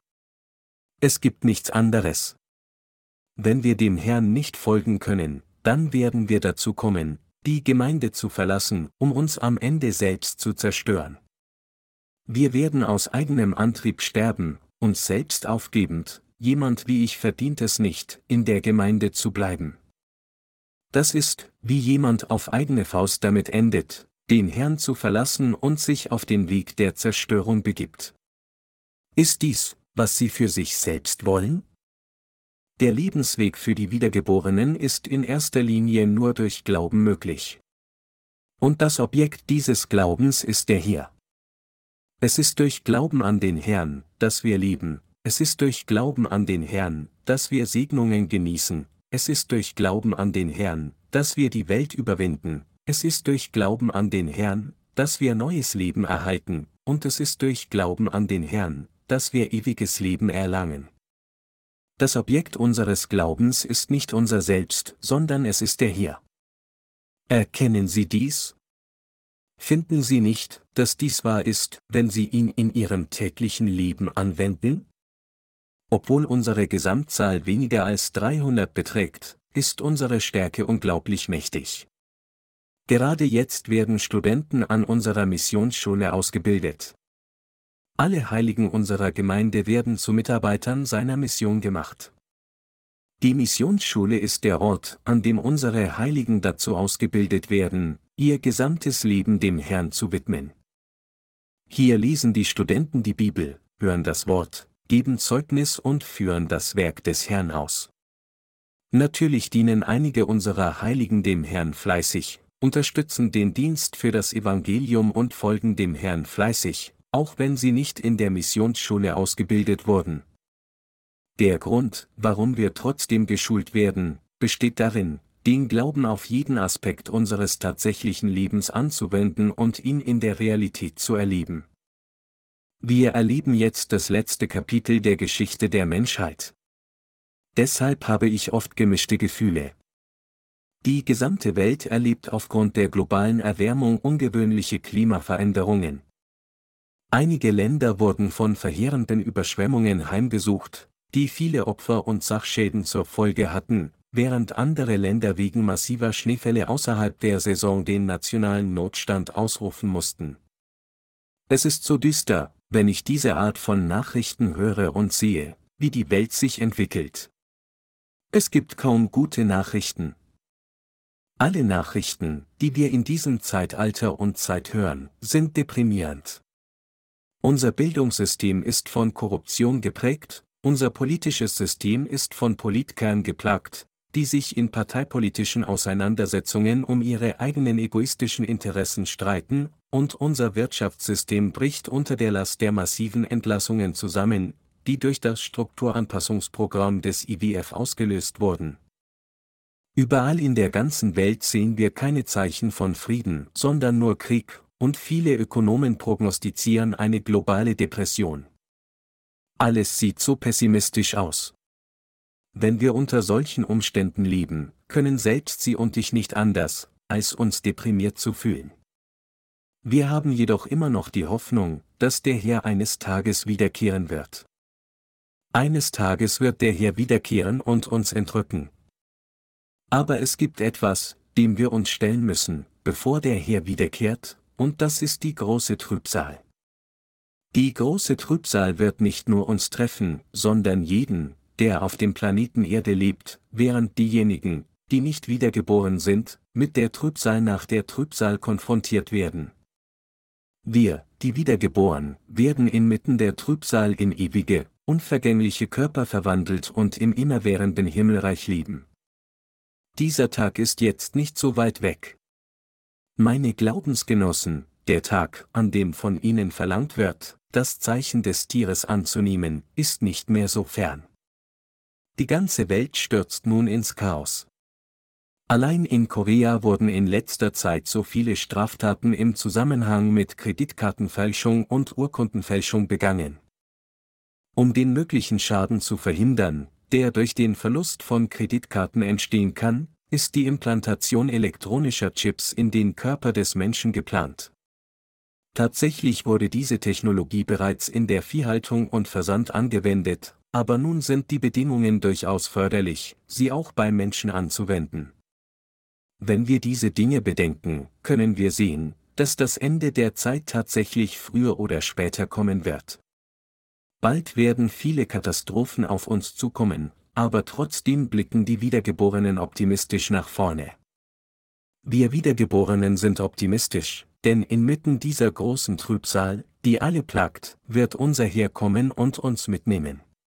S1: Es gibt nichts anderes. Wenn wir dem Herrn nicht folgen können, dann werden wir dazu kommen, die Gemeinde zu verlassen, um uns am Ende selbst zu zerstören. Wir werden aus eigenem Antrieb sterben, uns selbst aufgebend, jemand wie ich verdient es nicht, in der Gemeinde zu bleiben. Das ist, wie jemand auf eigene Faust damit endet, den Herrn zu verlassen und sich auf den Weg der Zerstörung begibt. Ist dies, was sie für sich selbst wollen? Der Lebensweg für die Wiedergeborenen ist in erster Linie nur durch Glauben möglich. Und das Objekt dieses Glaubens ist der Herr. Es ist durch Glauben an den Herrn, dass wir leben, es ist durch Glauben an den Herrn, dass wir Segnungen genießen, es ist durch Glauben an den Herrn, dass wir die Welt überwinden, es ist durch Glauben an den Herrn, dass wir neues Leben erhalten, und es ist durch Glauben an den Herrn, dass wir ewiges Leben erlangen. Das Objekt unseres Glaubens ist nicht unser Selbst, sondern es ist der Herr. Erkennen Sie dies? Finden Sie nicht, dass dies wahr ist, wenn Sie ihn in Ihrem täglichen Leben anwenden? Obwohl unsere Gesamtzahl weniger als 300 beträgt, ist unsere Stärke unglaublich mächtig. Gerade jetzt werden Studenten an unserer Missionsschule ausgebildet. Alle Heiligen unserer Gemeinde werden zu Mitarbeitern seiner Mission gemacht. Die Missionsschule ist der Ort, an dem unsere Heiligen dazu ausgebildet werden, ihr gesamtes Leben dem Herrn zu widmen. Hier lesen die Studenten die Bibel, hören das Wort, geben Zeugnis und führen das Werk des Herrn aus. Natürlich dienen einige unserer Heiligen dem Herrn fleißig, unterstützen den Dienst für das Evangelium und folgen dem Herrn fleißig, auch wenn sie nicht in der Missionsschule ausgebildet wurden. Der Grund, warum wir trotzdem geschult werden, besteht darin, den Glauben auf jeden Aspekt unseres tatsächlichen Lebens anzuwenden und ihn in der Realität zu erleben. Wir erleben jetzt das letzte Kapitel der Geschichte der Menschheit. Deshalb habe ich oft gemischte Gefühle. Die gesamte Welt erlebt aufgrund der globalen Erwärmung ungewöhnliche Klimaveränderungen. Einige Länder wurden von verheerenden Überschwemmungen heimgesucht, die viele Opfer und Sachschäden zur Folge hatten, während andere Länder wegen massiver Schneefälle außerhalb der Saison den nationalen Notstand ausrufen mussten. Es ist so düster, wenn ich diese Art von Nachrichten höre und sehe, wie die Welt sich entwickelt. Es gibt kaum gute Nachrichten. Alle Nachrichten, die wir in diesem Zeitalter und Zeit hören, sind deprimierend. Unser Bildungssystem ist von Korruption geprägt, unser politisches System ist von Politikern geplagt, die sich in parteipolitischen Auseinandersetzungen um ihre eigenen egoistischen Interessen streiten, und unser Wirtschaftssystem bricht unter der Last der massiven Entlassungen zusammen, die durch das Strukturanpassungsprogramm des IWF ausgelöst wurden. Überall in der ganzen Welt sehen wir keine Zeichen von Frieden, sondern nur Krieg, und viele Ökonomen prognostizieren eine globale Depression. Alles sieht so pessimistisch aus. Wenn wir unter solchen Umständen leben, können selbst Sie und ich nicht anders, als uns deprimiert zu fühlen. Wir haben jedoch immer noch die Hoffnung, dass der Herr eines Tages wiederkehren wird. Eines Tages wird der Herr wiederkehren und uns entrücken. Aber es gibt etwas, dem wir uns stellen müssen, bevor der Herr wiederkehrt, und das ist die große Trübsal. Die große Trübsal wird nicht nur uns treffen, sondern jeden, der auf dem Planeten Erde lebt, während diejenigen, die nicht wiedergeboren sind, mit der Trübsal nach der Trübsal konfrontiert werden. Wir, die wiedergeboren, werden inmitten der Trübsal in ewige, unvergängliche Körper verwandelt und im immerwährenden Himmelreich leben. Dieser Tag ist jetzt nicht so weit weg. Meine Glaubensgenossen, der Tag, an dem von ihnen verlangt wird, das Zeichen des Tieres anzunehmen, ist nicht mehr so fern. Die ganze Welt stürzt nun ins Chaos. Allein in Korea wurden in letzter Zeit so viele Straftaten im Zusammenhang mit Kreditkartenfälschung und Urkundenfälschung begangen. Um den möglichen Schaden zu verhindern, der durch den Verlust von Kreditkarten entstehen kann, ist die Implantation elektronischer Chips in den Körper des Menschen geplant. Tatsächlich wurde diese Technologie bereits in der Viehhaltung und Versand angewendet, aber nun sind die Bedingungen durchaus förderlich, sie auch bei Menschen anzuwenden. Wenn wir diese Dinge bedenken, können wir sehen, dass das Ende der Zeit tatsächlich früher oder später kommen wird. Bald werden viele Katastrophen auf uns zukommen, aber trotzdem blicken die Wiedergeborenen optimistisch nach vorne. Wir Wiedergeborenen sind optimistisch, denn inmitten dieser großen Trübsal, die alle plagt, wird unser Herr kommen und uns mitnehmen.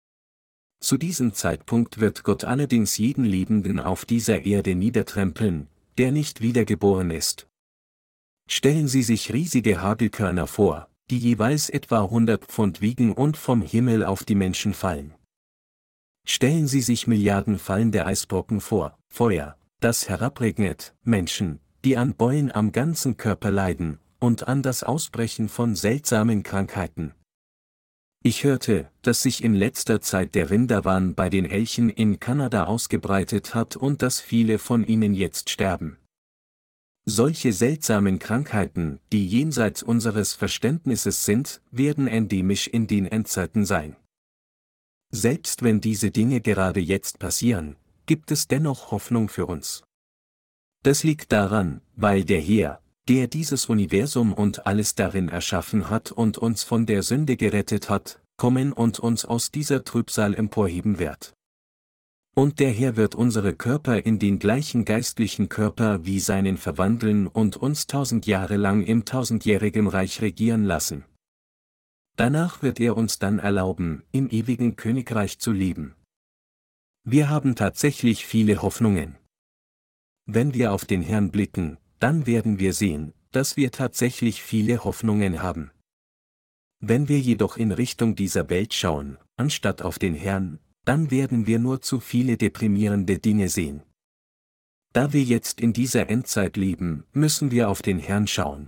S1: Zu diesem Zeitpunkt wird Gott allerdings jeden Lebenden auf dieser Erde niedertrempeln, der nicht wiedergeboren ist. Stellen Sie sich riesige Hagelkörner vor, die jeweils etwa 100 Pfund wiegen und vom Himmel auf die Menschen fallen. Stellen Sie sich Milliarden fallende Eisbrocken vor, Feuer, das herabregnet, Menschen, die an Beulen am ganzen Körper leiden, und an das Ausbrechen von seltsamen Krankheiten. Ich hörte, dass sich in letzter Zeit der Rinderwahn bei den Elchen in Kanada ausgebreitet hat und dass viele von ihnen jetzt sterben. Solche seltsamen Krankheiten, die jenseits unseres Verständnisses sind, werden endemisch in den Endzeiten sein. Selbst wenn diese Dinge gerade jetzt passieren, gibt es dennoch Hoffnung für uns. Das liegt daran, weil der Herr, der dieses Universum und alles darin erschaffen hat und uns von der Sünde gerettet hat, kommen und uns aus dieser Trübsal emporheben wird. Und der Herr wird unsere Körper in den gleichen geistlichen Körper wie seinen verwandeln und uns 1000 Jahre lang im tausendjährigen Reich regieren lassen. Danach wird er uns dann erlauben, im ewigen Königreich zu leben. Wir haben tatsächlich viele Hoffnungen. Wenn wir auf den Herrn blicken, dann werden wir sehen, dass wir tatsächlich viele Hoffnungen haben. Wenn wir jedoch in Richtung dieser Welt schauen, anstatt auf den Herrn, dann werden wir nur zu viele deprimierende Dinge sehen. Da wir jetzt in dieser Endzeit leben, müssen wir auf den Herrn schauen.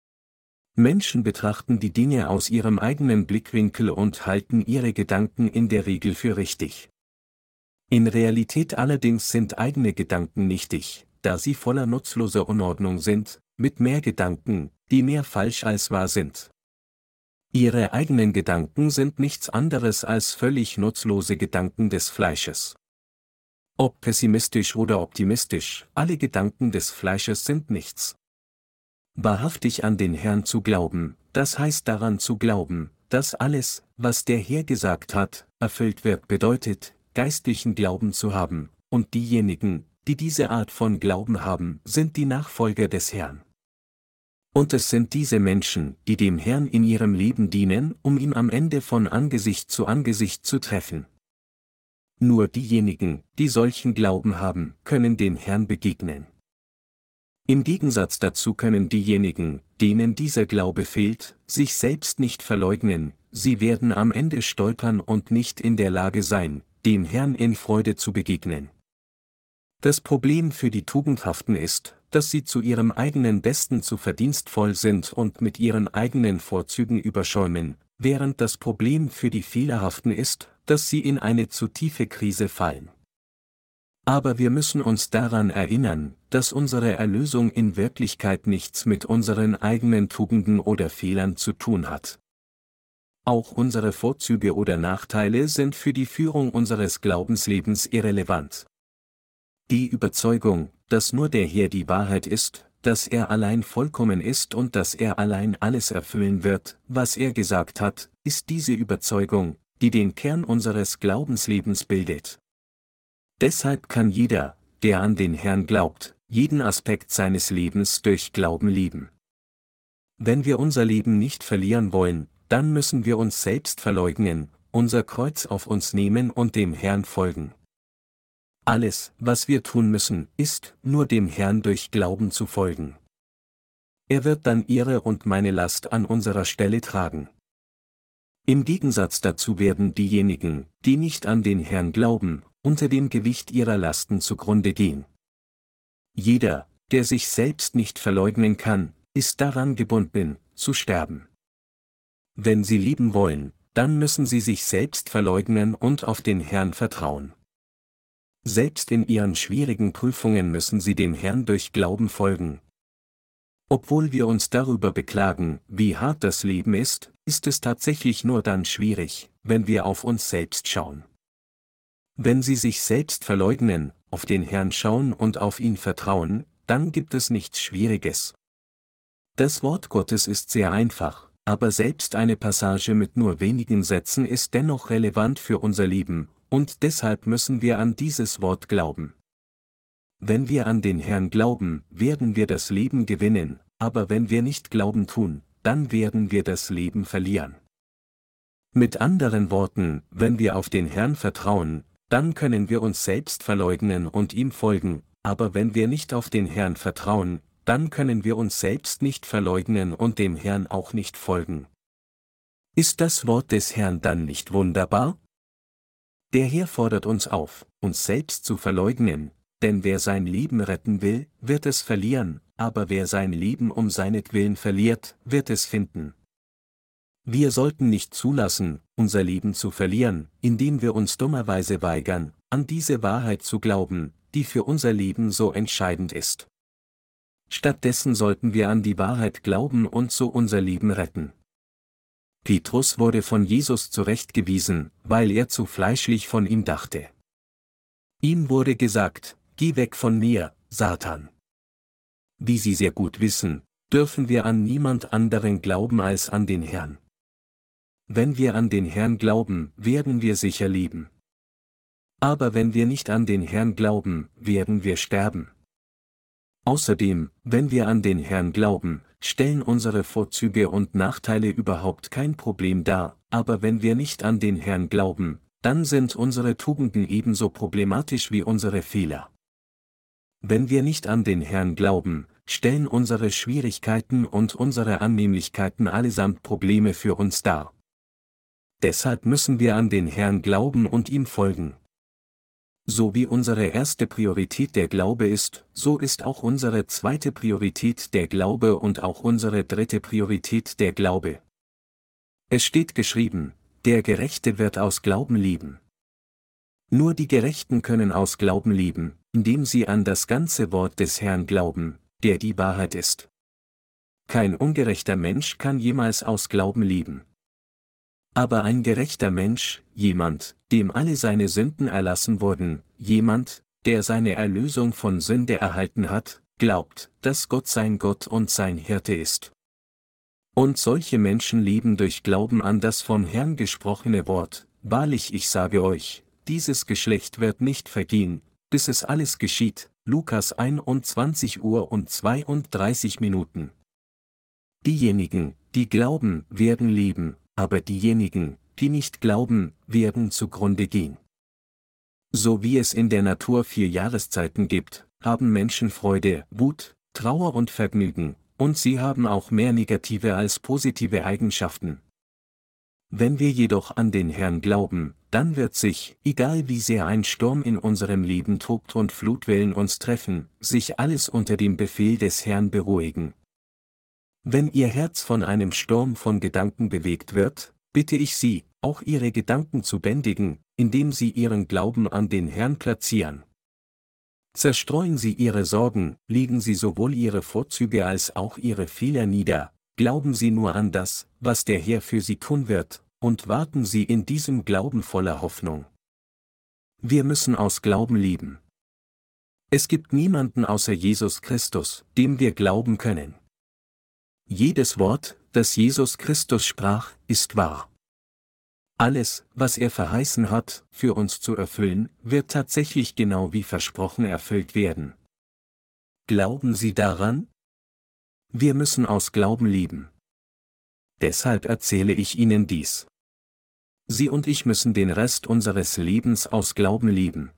S1: Menschen betrachten die Dinge aus ihrem eigenen Blickwinkel und halten ihre Gedanken in der Regel für richtig. In Realität allerdings sind eigene Gedanken nichtig, da sie voller nutzloser Unordnung sind, mit mehr Gedanken, die mehr falsch als wahr sind. Ihre eigenen Gedanken sind nichts anderes als völlig nutzlose Gedanken des Fleisches. Ob pessimistisch oder optimistisch, alle Gedanken des Fleisches sind nichts. Wahrhaftig an den Herrn zu glauben, das heißt daran zu glauben, dass alles, was der Herr gesagt hat, erfüllt wird, bedeutet, geistlichen Glauben zu haben, und diejenigen, die diese Art von Glauben haben, sind die Nachfolger des Herrn. Und es sind diese Menschen, die dem Herrn in ihrem Leben dienen, um ihn am Ende von Angesicht zu treffen. Nur diejenigen, die solchen Glauben haben, können dem Herrn begegnen. Im Gegensatz dazu können diejenigen, denen dieser Glaube fehlt, sich selbst nicht verleugnen, sie werden am Ende stolpern und nicht in der Lage sein, dem Herrn in Freude zu begegnen. Das Problem für die Tugendhaften ist, dass sie zu ihrem eigenen Besten zu verdienstvoll sind und mit ihren eigenen Vorzügen überschäumen, während das Problem für die Fehlerhaften ist, dass sie in eine zu tiefe Krise fallen. Aber wir müssen uns daran erinnern, dass unsere Erlösung in Wirklichkeit nichts mit unseren eigenen Tugenden oder Fehlern zu tun hat. Auch unsere Vorzüge oder Nachteile sind für die Führung unseres Glaubenslebens irrelevant. Die Überzeugung, dass nur der Herr die Wahrheit ist, dass er allein vollkommen ist und dass er allein alles erfüllen wird, was er gesagt hat, ist diese Überzeugung, die den Kern unseres Glaubenslebens bildet. Deshalb kann jeder, der an den Herrn glaubt, jeden Aspekt seines Lebens durch Glauben leben. Wenn wir unser Leben nicht verlieren wollen, dann müssen wir uns selbst verleugnen, unser Kreuz auf uns nehmen und dem Herrn folgen. Alles, was wir tun müssen, ist, nur dem Herrn durch Glauben zu folgen. Er wird dann Ihre und meine Last an unserer Stelle tragen. Im Gegensatz dazu werden diejenigen, die nicht an den Herrn glauben, unter dem Gewicht ihrer Lasten zugrunde gehen. Jeder, der sich selbst nicht verleugnen kann, ist daran gebunden, zu sterben. Wenn Sie leben wollen, dann müssen Sie sich selbst verleugnen und auf den Herrn vertrauen. Selbst in ihren schwierigen Prüfungen müssen sie dem Herrn durch Glauben folgen. Obwohl wir uns darüber beklagen, wie hart das Leben ist es tatsächlich nur dann schwierig, wenn wir auf uns selbst schauen. Wenn Sie sich selbst verleugnen, auf den Herrn schauen und auf ihn vertrauen, dann gibt es nichts Schwieriges. Das Wort Gottes ist sehr einfach, aber selbst eine Passage mit nur wenigen Sätzen ist dennoch relevant für unser Leben, und deshalb müssen wir an dieses Wort glauben. Wenn wir an den Herrn glauben, werden wir das Leben gewinnen, aber wenn wir nicht Glauben tun, dann werden wir das Leben verlieren. Mit anderen Worten, wenn wir auf den Herrn vertrauen, dann können wir uns selbst verleugnen und ihm folgen, aber wenn wir nicht auf den Herrn vertrauen, dann können wir uns selbst nicht verleugnen und dem Herrn auch nicht folgen. Ist das Wort des Herrn dann nicht wunderbar? Der Herr fordert uns auf, uns selbst zu verleugnen, denn wer sein Leben retten will, wird es verlieren, aber wer sein Leben um seinetwillen verliert, wird es finden. Wir sollten nicht zulassen, unser Leben zu verlieren, indem wir uns dummerweise weigern, an diese Wahrheit zu glauben, die für unser Leben so entscheidend ist. Stattdessen sollten wir an die Wahrheit glauben und so unser Leben retten. Petrus wurde von Jesus zurechtgewiesen, weil er zu fleischlich von ihm dachte. Ihm wurde gesagt: Geh weg von mir, Satan. Wie Sie sehr gut wissen, dürfen wir an niemand anderen glauben als an den Herrn. Wenn wir an den Herrn glauben, werden wir sicher leben. Aber wenn wir nicht an den Herrn glauben, werden wir sterben. Außerdem, wenn wir an den Herrn glauben, stellen unsere Vorzüge und Nachteile überhaupt kein Problem dar, aber wenn wir nicht an den Herrn glauben, dann sind unsere Tugenden ebenso problematisch wie unsere Fehler. Wenn wir nicht an den Herrn glauben, stellen unsere Schwierigkeiten und unsere Annehmlichkeiten allesamt Probleme für uns dar. Deshalb müssen wir an den Herrn glauben und ihm folgen. So wie unsere erste Priorität der Glaube ist, so ist auch unsere zweite Priorität der Glaube und auch unsere dritte Priorität der Glaube. Es steht geschrieben: Der Gerechte wird aus Glauben leben. Nur die Gerechten können aus Glauben leben, indem sie an das ganze Wort des Herrn glauben, der die Wahrheit ist. Kein ungerechter Mensch kann jemals aus Glauben leben. Aber ein gerechter Mensch, jemand, dem alle seine Sünden erlassen wurden, jemand, der seine Erlösung von Sünde erhalten hat, glaubt, dass Gott sein Gott und sein Hirte ist. Und solche Menschen leben durch Glauben an das vom Herrn gesprochene Wort: Wahrlich, ich sage euch, dieses Geschlecht wird nicht vergehen, bis es alles geschieht. Lukas 21:32. Diejenigen, die glauben, werden leben, aber diejenigen, die nicht glauben, werden zugrunde gehen. So wie es in der Natur 4 Jahreszeiten gibt, haben Menschen Freude, Wut, Trauer und Vergnügen, und sie haben auch mehr negative als positive Eigenschaften. Wenn wir jedoch an den Herrn glauben, dann wird sich, egal wie sehr ein Sturm in unserem Leben tobt und Flutwellen uns treffen, sich alles unter dem Befehl des Herrn beruhigen. Wenn Ihr Herz von einem Sturm von Gedanken bewegt wird, bitte ich Sie, auch Ihre Gedanken zu bändigen, indem Sie Ihren Glauben an den Herrn platzieren. Zerstreuen Sie Ihre Sorgen, legen Sie sowohl Ihre Vorzüge als auch Ihre Fehler nieder, glauben Sie nur an das, was der Herr für Sie tun wird, und warten Sie in diesem Glauben voller Hoffnung. Wir müssen aus Glauben leben. Es gibt niemanden außer Jesus Christus, dem wir glauben können. Jedes Wort, das Jesus Christus sprach, ist wahr. Alles, was er verheißen hat, für uns zu erfüllen, wird tatsächlich genau wie versprochen erfüllt werden. Glauben Sie daran? Wir müssen aus Glauben leben. Deshalb erzähle ich Ihnen dies. Sie und ich müssen den Rest unseres Lebens aus Glauben leben.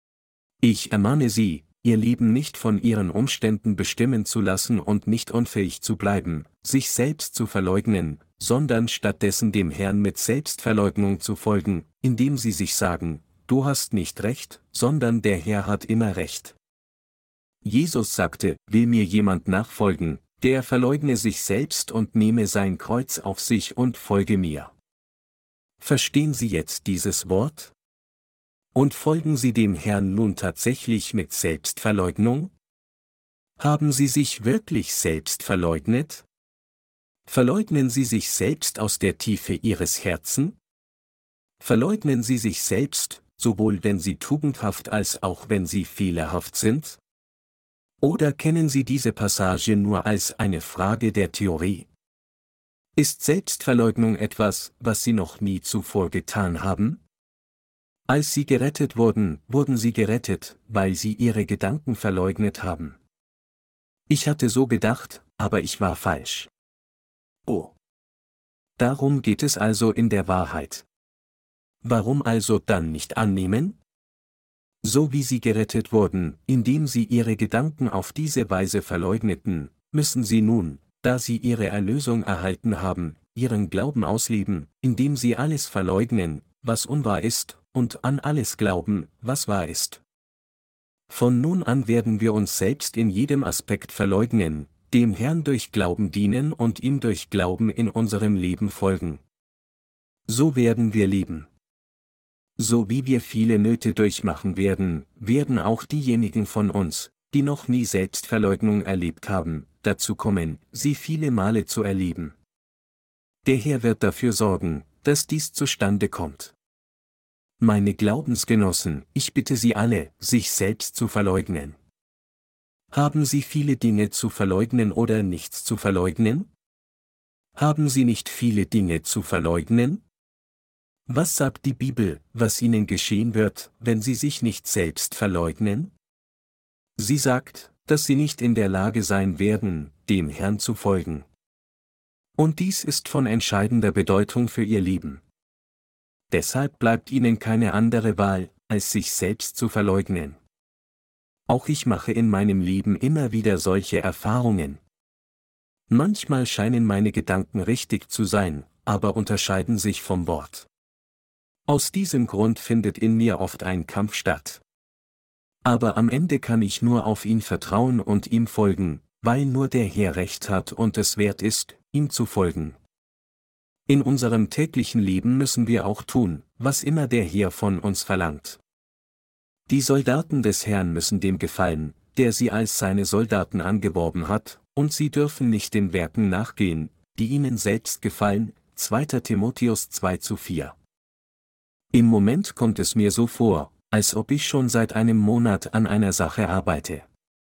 S1: Ich ermahne Sie, Ihr Leben nicht von Ihren Umständen bestimmen zu lassen und nicht unfähig zu bleiben, sich selbst zu verleugnen, sondern stattdessen dem Herrn mit Selbstverleugnung zu folgen, indem Sie sich sagen: Du hast nicht recht, sondern der Herr hat immer recht. Jesus sagte: Will mir jemand nachfolgen, der verleugne sich selbst und nehme sein Kreuz auf sich und folge mir. Verstehen Sie jetzt dieses Wort? Und folgen Sie dem Herrn nun tatsächlich mit Selbstverleugnung? Haben Sie sich wirklich selbst verleugnet? Verleugnen Sie sich selbst aus der Tiefe Ihres Herzens? Verleugnen Sie sich selbst, sowohl wenn Sie tugendhaft als auch wenn Sie fehlerhaft sind? Oder kennen Sie diese Passage nur als eine Frage der Theorie? Ist Selbstverleugnung etwas, was Sie noch nie zuvor getan haben? Als Sie gerettet wurden, wurden Sie gerettet, weil Sie Ihre Gedanken verleugnet haben. Ich hatte so gedacht, aber ich war falsch. Oh. Darum geht es also in der Wahrheit. Warum also dann nicht annehmen? So wie Sie gerettet wurden, indem Sie Ihre Gedanken auf diese Weise verleugneten, müssen Sie nun, da Sie Ihre Erlösung erhalten haben, Ihren Glauben ausleben, indem Sie alles verleugnen, was unwahr ist, und an alles glauben, was wahr ist. Von nun an werden wir uns selbst in jedem Aspekt verleugnen, dem Herrn durch Glauben dienen und ihm durch Glauben in unserem Leben folgen. So werden wir leben. So wie wir viele Nöte durchmachen werden, werden auch diejenigen von uns, die noch nie Selbstverleugnung erlebt haben, dazu kommen, sie viele Male zu erleben. Der Herr wird dafür sorgen, dass dies zustande kommt. Meine Glaubensgenossen, ich bitte Sie alle, sich selbst zu verleugnen. Haben Sie viele Dinge zu verleugnen oder nichts zu verleugnen? Haben Sie nicht viele Dinge zu verleugnen? Was sagt die Bibel, was Ihnen geschehen wird, wenn Sie sich nicht selbst verleugnen? Sie sagt, dass Sie nicht in der Lage sein werden, dem Herrn zu folgen. Und dies ist von entscheidender Bedeutung für Ihr Leben. Deshalb bleibt Ihnen keine andere Wahl, als sich selbst zu verleugnen. Auch ich mache in meinem Leben immer wieder solche Erfahrungen. Manchmal scheinen meine Gedanken richtig zu sein, aber unterscheiden sich vom Wort. Aus diesem Grund findet in mir oft ein Kampf statt. Aber am Ende kann ich nur auf ihn vertrauen und ihm folgen, weil nur der Herr Recht hat und es wert ist, ihm zu folgen. In unserem täglichen Leben müssen wir auch tun, was immer der Herr von uns verlangt. Die Soldaten des Herrn müssen dem gefallen, der sie als seine Soldaten angeworben hat, und sie dürfen nicht den Werken nachgehen, die ihnen selbst gefallen. 2. Timotheus 2:4. Im Moment kommt es mir so vor, als ob ich schon seit einem Monat an einer Sache arbeite.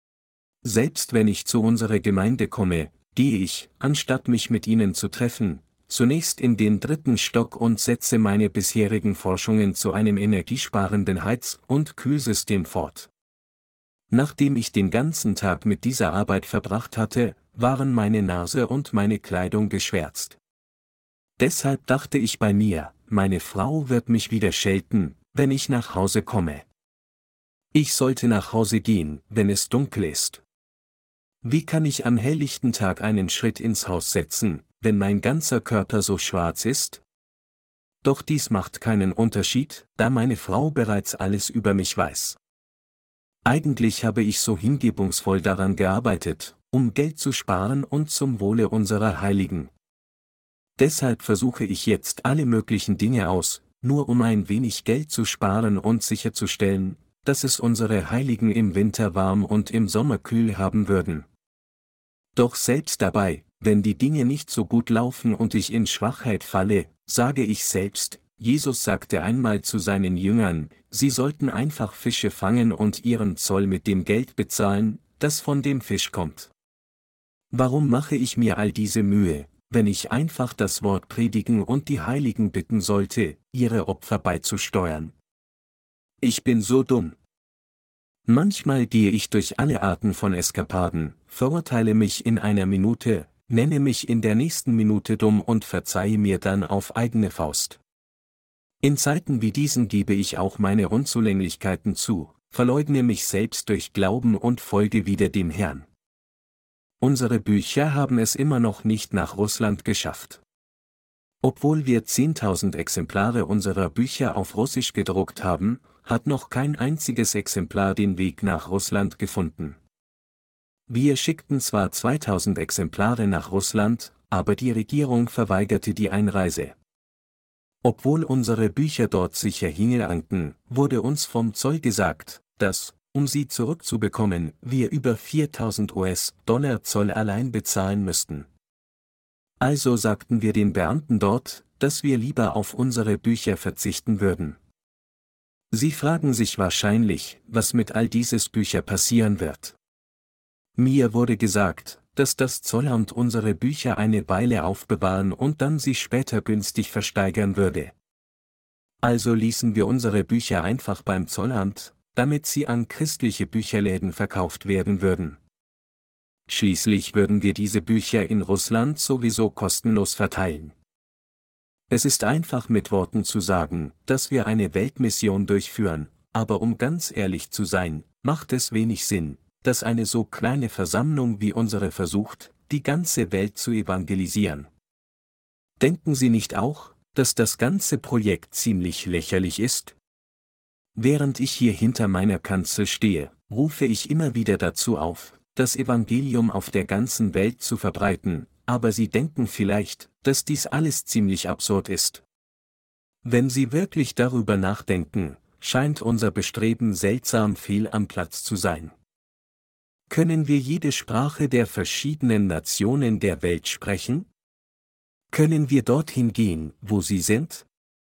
S1: Selbst wenn ich zu unserer Gemeinde komme, gehe ich, anstatt mich mit ihnen zu treffen, zunächst in den 3. Stock und setze meine bisherigen Forschungen zu einem energiesparenden Heiz- und Kühlsystem fort. Nachdem ich den ganzen Tag mit dieser Arbeit verbracht hatte, waren meine Nase und meine Kleidung geschwärzt. Deshalb dachte ich bei mir, meine Frau wird mich wieder schelten, wenn ich nach Hause komme. Ich sollte nach Hause gehen, wenn es dunkel ist. Wie kann ich am helllichten Tag einen Schritt ins Haus setzen, wenn mein ganzer Körper so schwarz ist? Doch dies macht keinen Unterschied, da meine Frau bereits alles über mich weiß. Eigentlich habe ich so hingebungsvoll daran gearbeitet, um Geld zu sparen und zum Wohle unserer Heiligen. Deshalb versuche ich jetzt alle möglichen Dinge aus, nur um ein wenig Geld zu sparen und sicherzustellen, dass es unsere Heiligen im Winter warm und im Sommer kühl haben würden. Doch selbst dabei, wenn die Dinge nicht so gut laufen und ich in Schwachheit falle, sage ich selbst, Jesus sagte einmal zu seinen Jüngern, sie sollten einfach Fische fangen und ihren Zoll mit dem Geld bezahlen, das von dem Fisch kommt. Warum mache ich mir all diese Mühe, wenn ich einfach das Wort predigen und die Heiligen bitten sollte, ihre Opfer beizusteuern? Ich bin so dumm. Manchmal gehe ich durch alle Arten von Eskapaden, verurteile mich in einer Minute, nenne mich in der nächsten Minute dumm und verzeihe mir dann auf eigene Faust. In Zeiten wie diesen gebe ich auch meine Unzulänglichkeiten zu, verleugne mich selbst durch Glauben und folge wieder dem Herrn. Unsere Bücher haben es immer noch nicht nach Russland geschafft. Obwohl wir 10.000 Exemplare unserer Bücher auf Russisch gedruckt haben, hat noch kein einziges Exemplar den Weg nach Russland gefunden. Wir schickten zwar 2.000 Exemplare nach Russland, aber die Regierung verweigerte die Einreise. Obwohl unsere Bücher dort sicher hingelangten, wurde uns vom Zoll gesagt, dass, um sie zurückzubekommen, wir über 4.000 US-Dollar Zoll allein bezahlen müssten. Also sagten wir den Beamten dort, dass wir lieber auf unsere Bücher verzichten würden. Sie fragen sich wahrscheinlich, was mit all dieses Bücher passieren wird. Mir wurde gesagt, dass das Zollamt unsere Bücher eine Weile aufbewahren und dann sie später günstig versteigern würde. Also ließen wir unsere Bücher einfach beim Zollamt, damit sie an christliche Bücherläden verkauft werden würden. Schließlich würden wir diese Bücher in Russland sowieso kostenlos verteilen. Es ist einfach mit Worten zu sagen, dass wir eine Weltmission durchführen, aber um ganz ehrlich zu sein, macht es wenig Sinn, dass eine so kleine Versammlung wie unsere versucht, die ganze Welt zu evangelisieren. Denken Sie nicht auch, dass das ganze Projekt ziemlich lächerlich ist? Während ich hier hinter meiner Kanzel stehe, rufe ich immer wieder dazu auf, das Evangelium auf der ganzen Welt zu verbreiten, aber Sie denken vielleicht, dass dies alles ziemlich absurd ist. Wenn Sie wirklich darüber nachdenken, scheint unser Bestreben seltsam fehl am Platz zu sein. Können wir jede Sprache der verschiedenen Nationen der Welt sprechen? Können wir dorthin gehen, wo sie sind?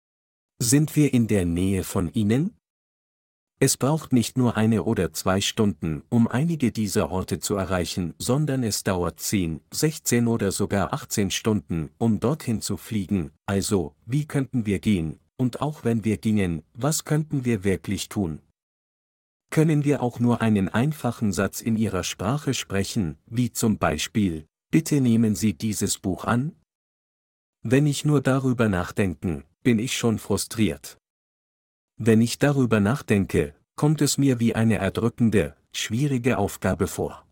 S1: Sind wir in der Nähe von ihnen? Es braucht nicht nur 1 oder 2 Stunden, um einige dieser Orte zu erreichen, sondern es dauert 10, 16 oder sogar 18 Stunden, um dorthin zu fliegen. Also, wie könnten wir gehen? Und auch wenn wir gingen, was könnten wir wirklich tun? Können wir auch nur einen einfachen Satz in Ihrer Sprache sprechen, wie zum Beispiel, bitte nehmen Sie dieses Buch an? Wenn ich nur darüber nachdenke, bin ich schon frustriert. Wenn ich darüber nachdenke, kommt es mir wie eine erdrückende, schwierige Aufgabe vor.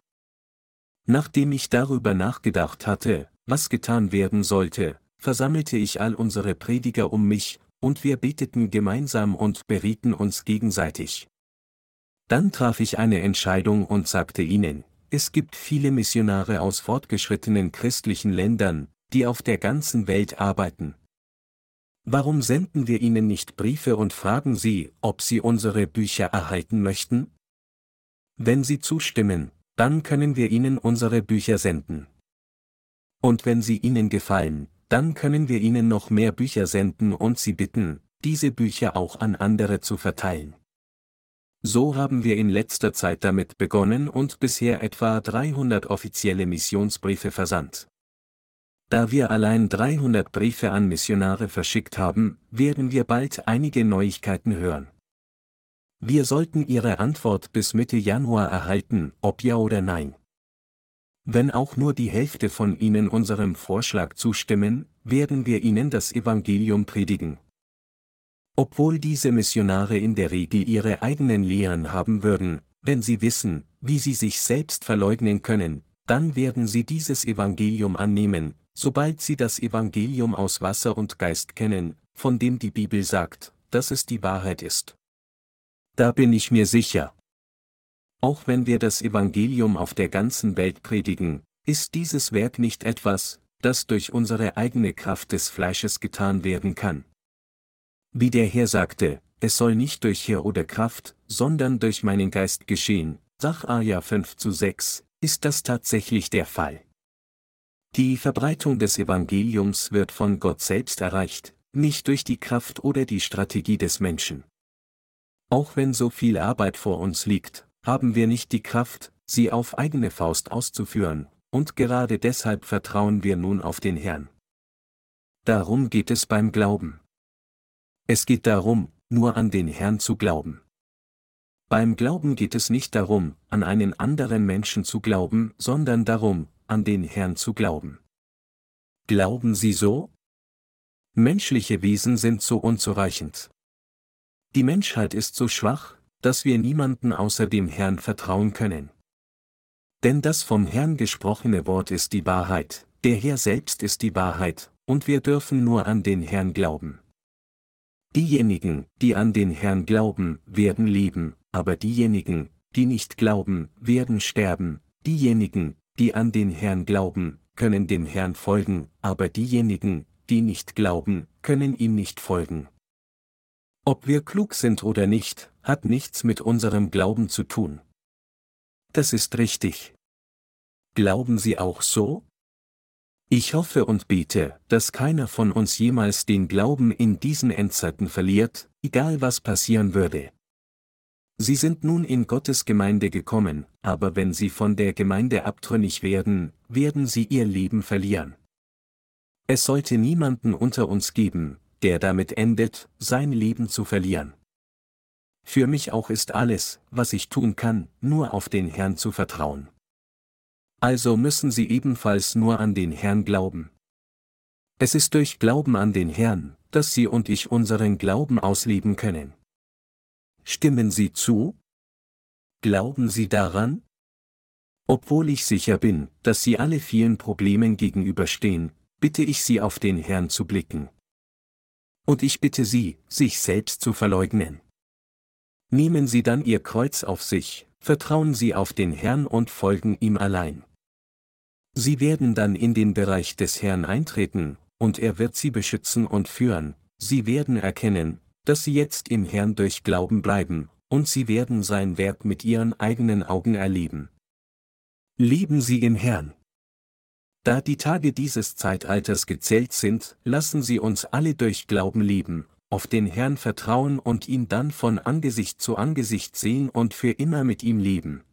S1: Nachdem ich darüber nachgedacht hatte, was getan werden sollte, versammelte ich all unsere Prediger um mich, und wir beteten gemeinsam und berieten uns gegenseitig. Dann traf ich eine Entscheidung und sagte ihnen, es gibt viele Missionare aus fortgeschrittenen christlichen Ländern, die auf der ganzen Welt arbeiten. Warum senden wir ihnen nicht Briefe und fragen sie, ob sie unsere Bücher erhalten möchten? Wenn sie zustimmen, dann können wir ihnen unsere Bücher senden. Und wenn sie ihnen gefallen, dann können wir ihnen noch mehr Bücher senden und sie bitten, diese Bücher auch an andere zu verteilen. So haben wir in letzter Zeit damit begonnen und bisher etwa 300 offizielle Missionsbriefe versandt. Da wir allein 300 Briefe an Missionare verschickt haben, werden wir bald einige Neuigkeiten hören. Wir sollten Ihre Antwort bis Mitte Januar erhalten, ob ja oder nein. Wenn auch nur die Hälfte von Ihnen unserem Vorschlag zustimmen, werden wir Ihnen das Evangelium predigen. Obwohl diese Missionare in der Regel ihre eigenen Lehren haben würden, wenn sie wissen, wie sie sich selbst verleugnen können, dann werden sie dieses Evangelium annehmen, sobald sie das Evangelium aus Wasser und Geist kennen, von dem die Bibel sagt, dass es die Wahrheit ist. Da bin ich mir sicher. Auch wenn wir das Evangelium auf der ganzen Welt predigen, ist dieses Werk nicht etwas, das durch unsere eigene Kraft des Fleisches getan werden kann. Wie der Herr sagte, es soll nicht durch Heer oder Kraft, sondern durch meinen Geist geschehen, Sacharja 5:6, ist das tatsächlich der Fall. Die Verbreitung des Evangeliums wird von Gott selbst erreicht, nicht durch die Kraft oder die Strategie des Menschen. Auch wenn so viel Arbeit vor uns liegt, haben wir nicht die Kraft, sie auf eigene Faust auszuführen, und gerade deshalb vertrauen wir nun auf den Herrn. Darum geht es beim Glauben. Es geht darum, nur an den Herrn zu glauben. Beim Glauben geht es nicht darum, an einen anderen Menschen zu glauben, sondern darum, an den Herrn zu glauben. Glauben Sie so? Menschliche Wesen sind so unzureichend. Die Menschheit ist so schwach, dass wir niemanden außer dem Herrn vertrauen können. Denn das vom Herrn gesprochene Wort ist die Wahrheit, der Herr selbst ist die Wahrheit, und wir dürfen nur an den Herrn glauben. Diejenigen, die an den Herrn glauben, werden leben, aber diejenigen, die nicht glauben, werden sterben. Diejenigen, die an den Herrn glauben, können dem Herrn folgen, aber diejenigen, die nicht glauben, können ihm nicht folgen. Ob wir klug sind oder nicht, hat nichts mit unserem Glauben zu tun. Das ist richtig. Glauben Sie auch so? Ich hoffe und bete, dass keiner von uns jemals den Glauben in diesen Endzeiten verliert, egal was passieren würde. Sie sind nun in Gottes Gemeinde gekommen, aber wenn Sie von der Gemeinde abtrünnig werden, werden Sie Ihr Leben verlieren. Es sollte niemanden unter uns geben, der damit endet, sein Leben zu verlieren. Für mich auch ist alles, was ich tun kann, nur auf den Herrn zu vertrauen. Also müssen Sie ebenfalls nur an den Herrn glauben. Es ist durch Glauben an den Herrn, dass Sie und ich unseren Glauben ausleben können. Stimmen Sie zu? Glauben Sie daran? Obwohl ich sicher bin, dass Sie alle vielen Problemen gegenüberstehen, bitte ich Sie auf den Herrn zu blicken. Und ich bitte Sie, sich selbst zu verleugnen. Nehmen Sie dann Ihr Kreuz auf sich, vertrauen Sie auf den Herrn und folgen ihm allein. Sie werden dann in den Bereich des Herrn eintreten, und er wird Sie beschützen und führen. Sie werden erkennen, dass Sie jetzt im Herrn durch Glauben bleiben, und Sie werden sein Werk mit Ihren eigenen Augen erleben. Leben Sie im Herrn. Da die Tage dieses Zeitalters gezählt sind, lassen Sie uns alle durch Glauben leben, auf den Herrn vertrauen und ihn dann von Angesicht zu Angesicht sehen und für immer mit ihm leben.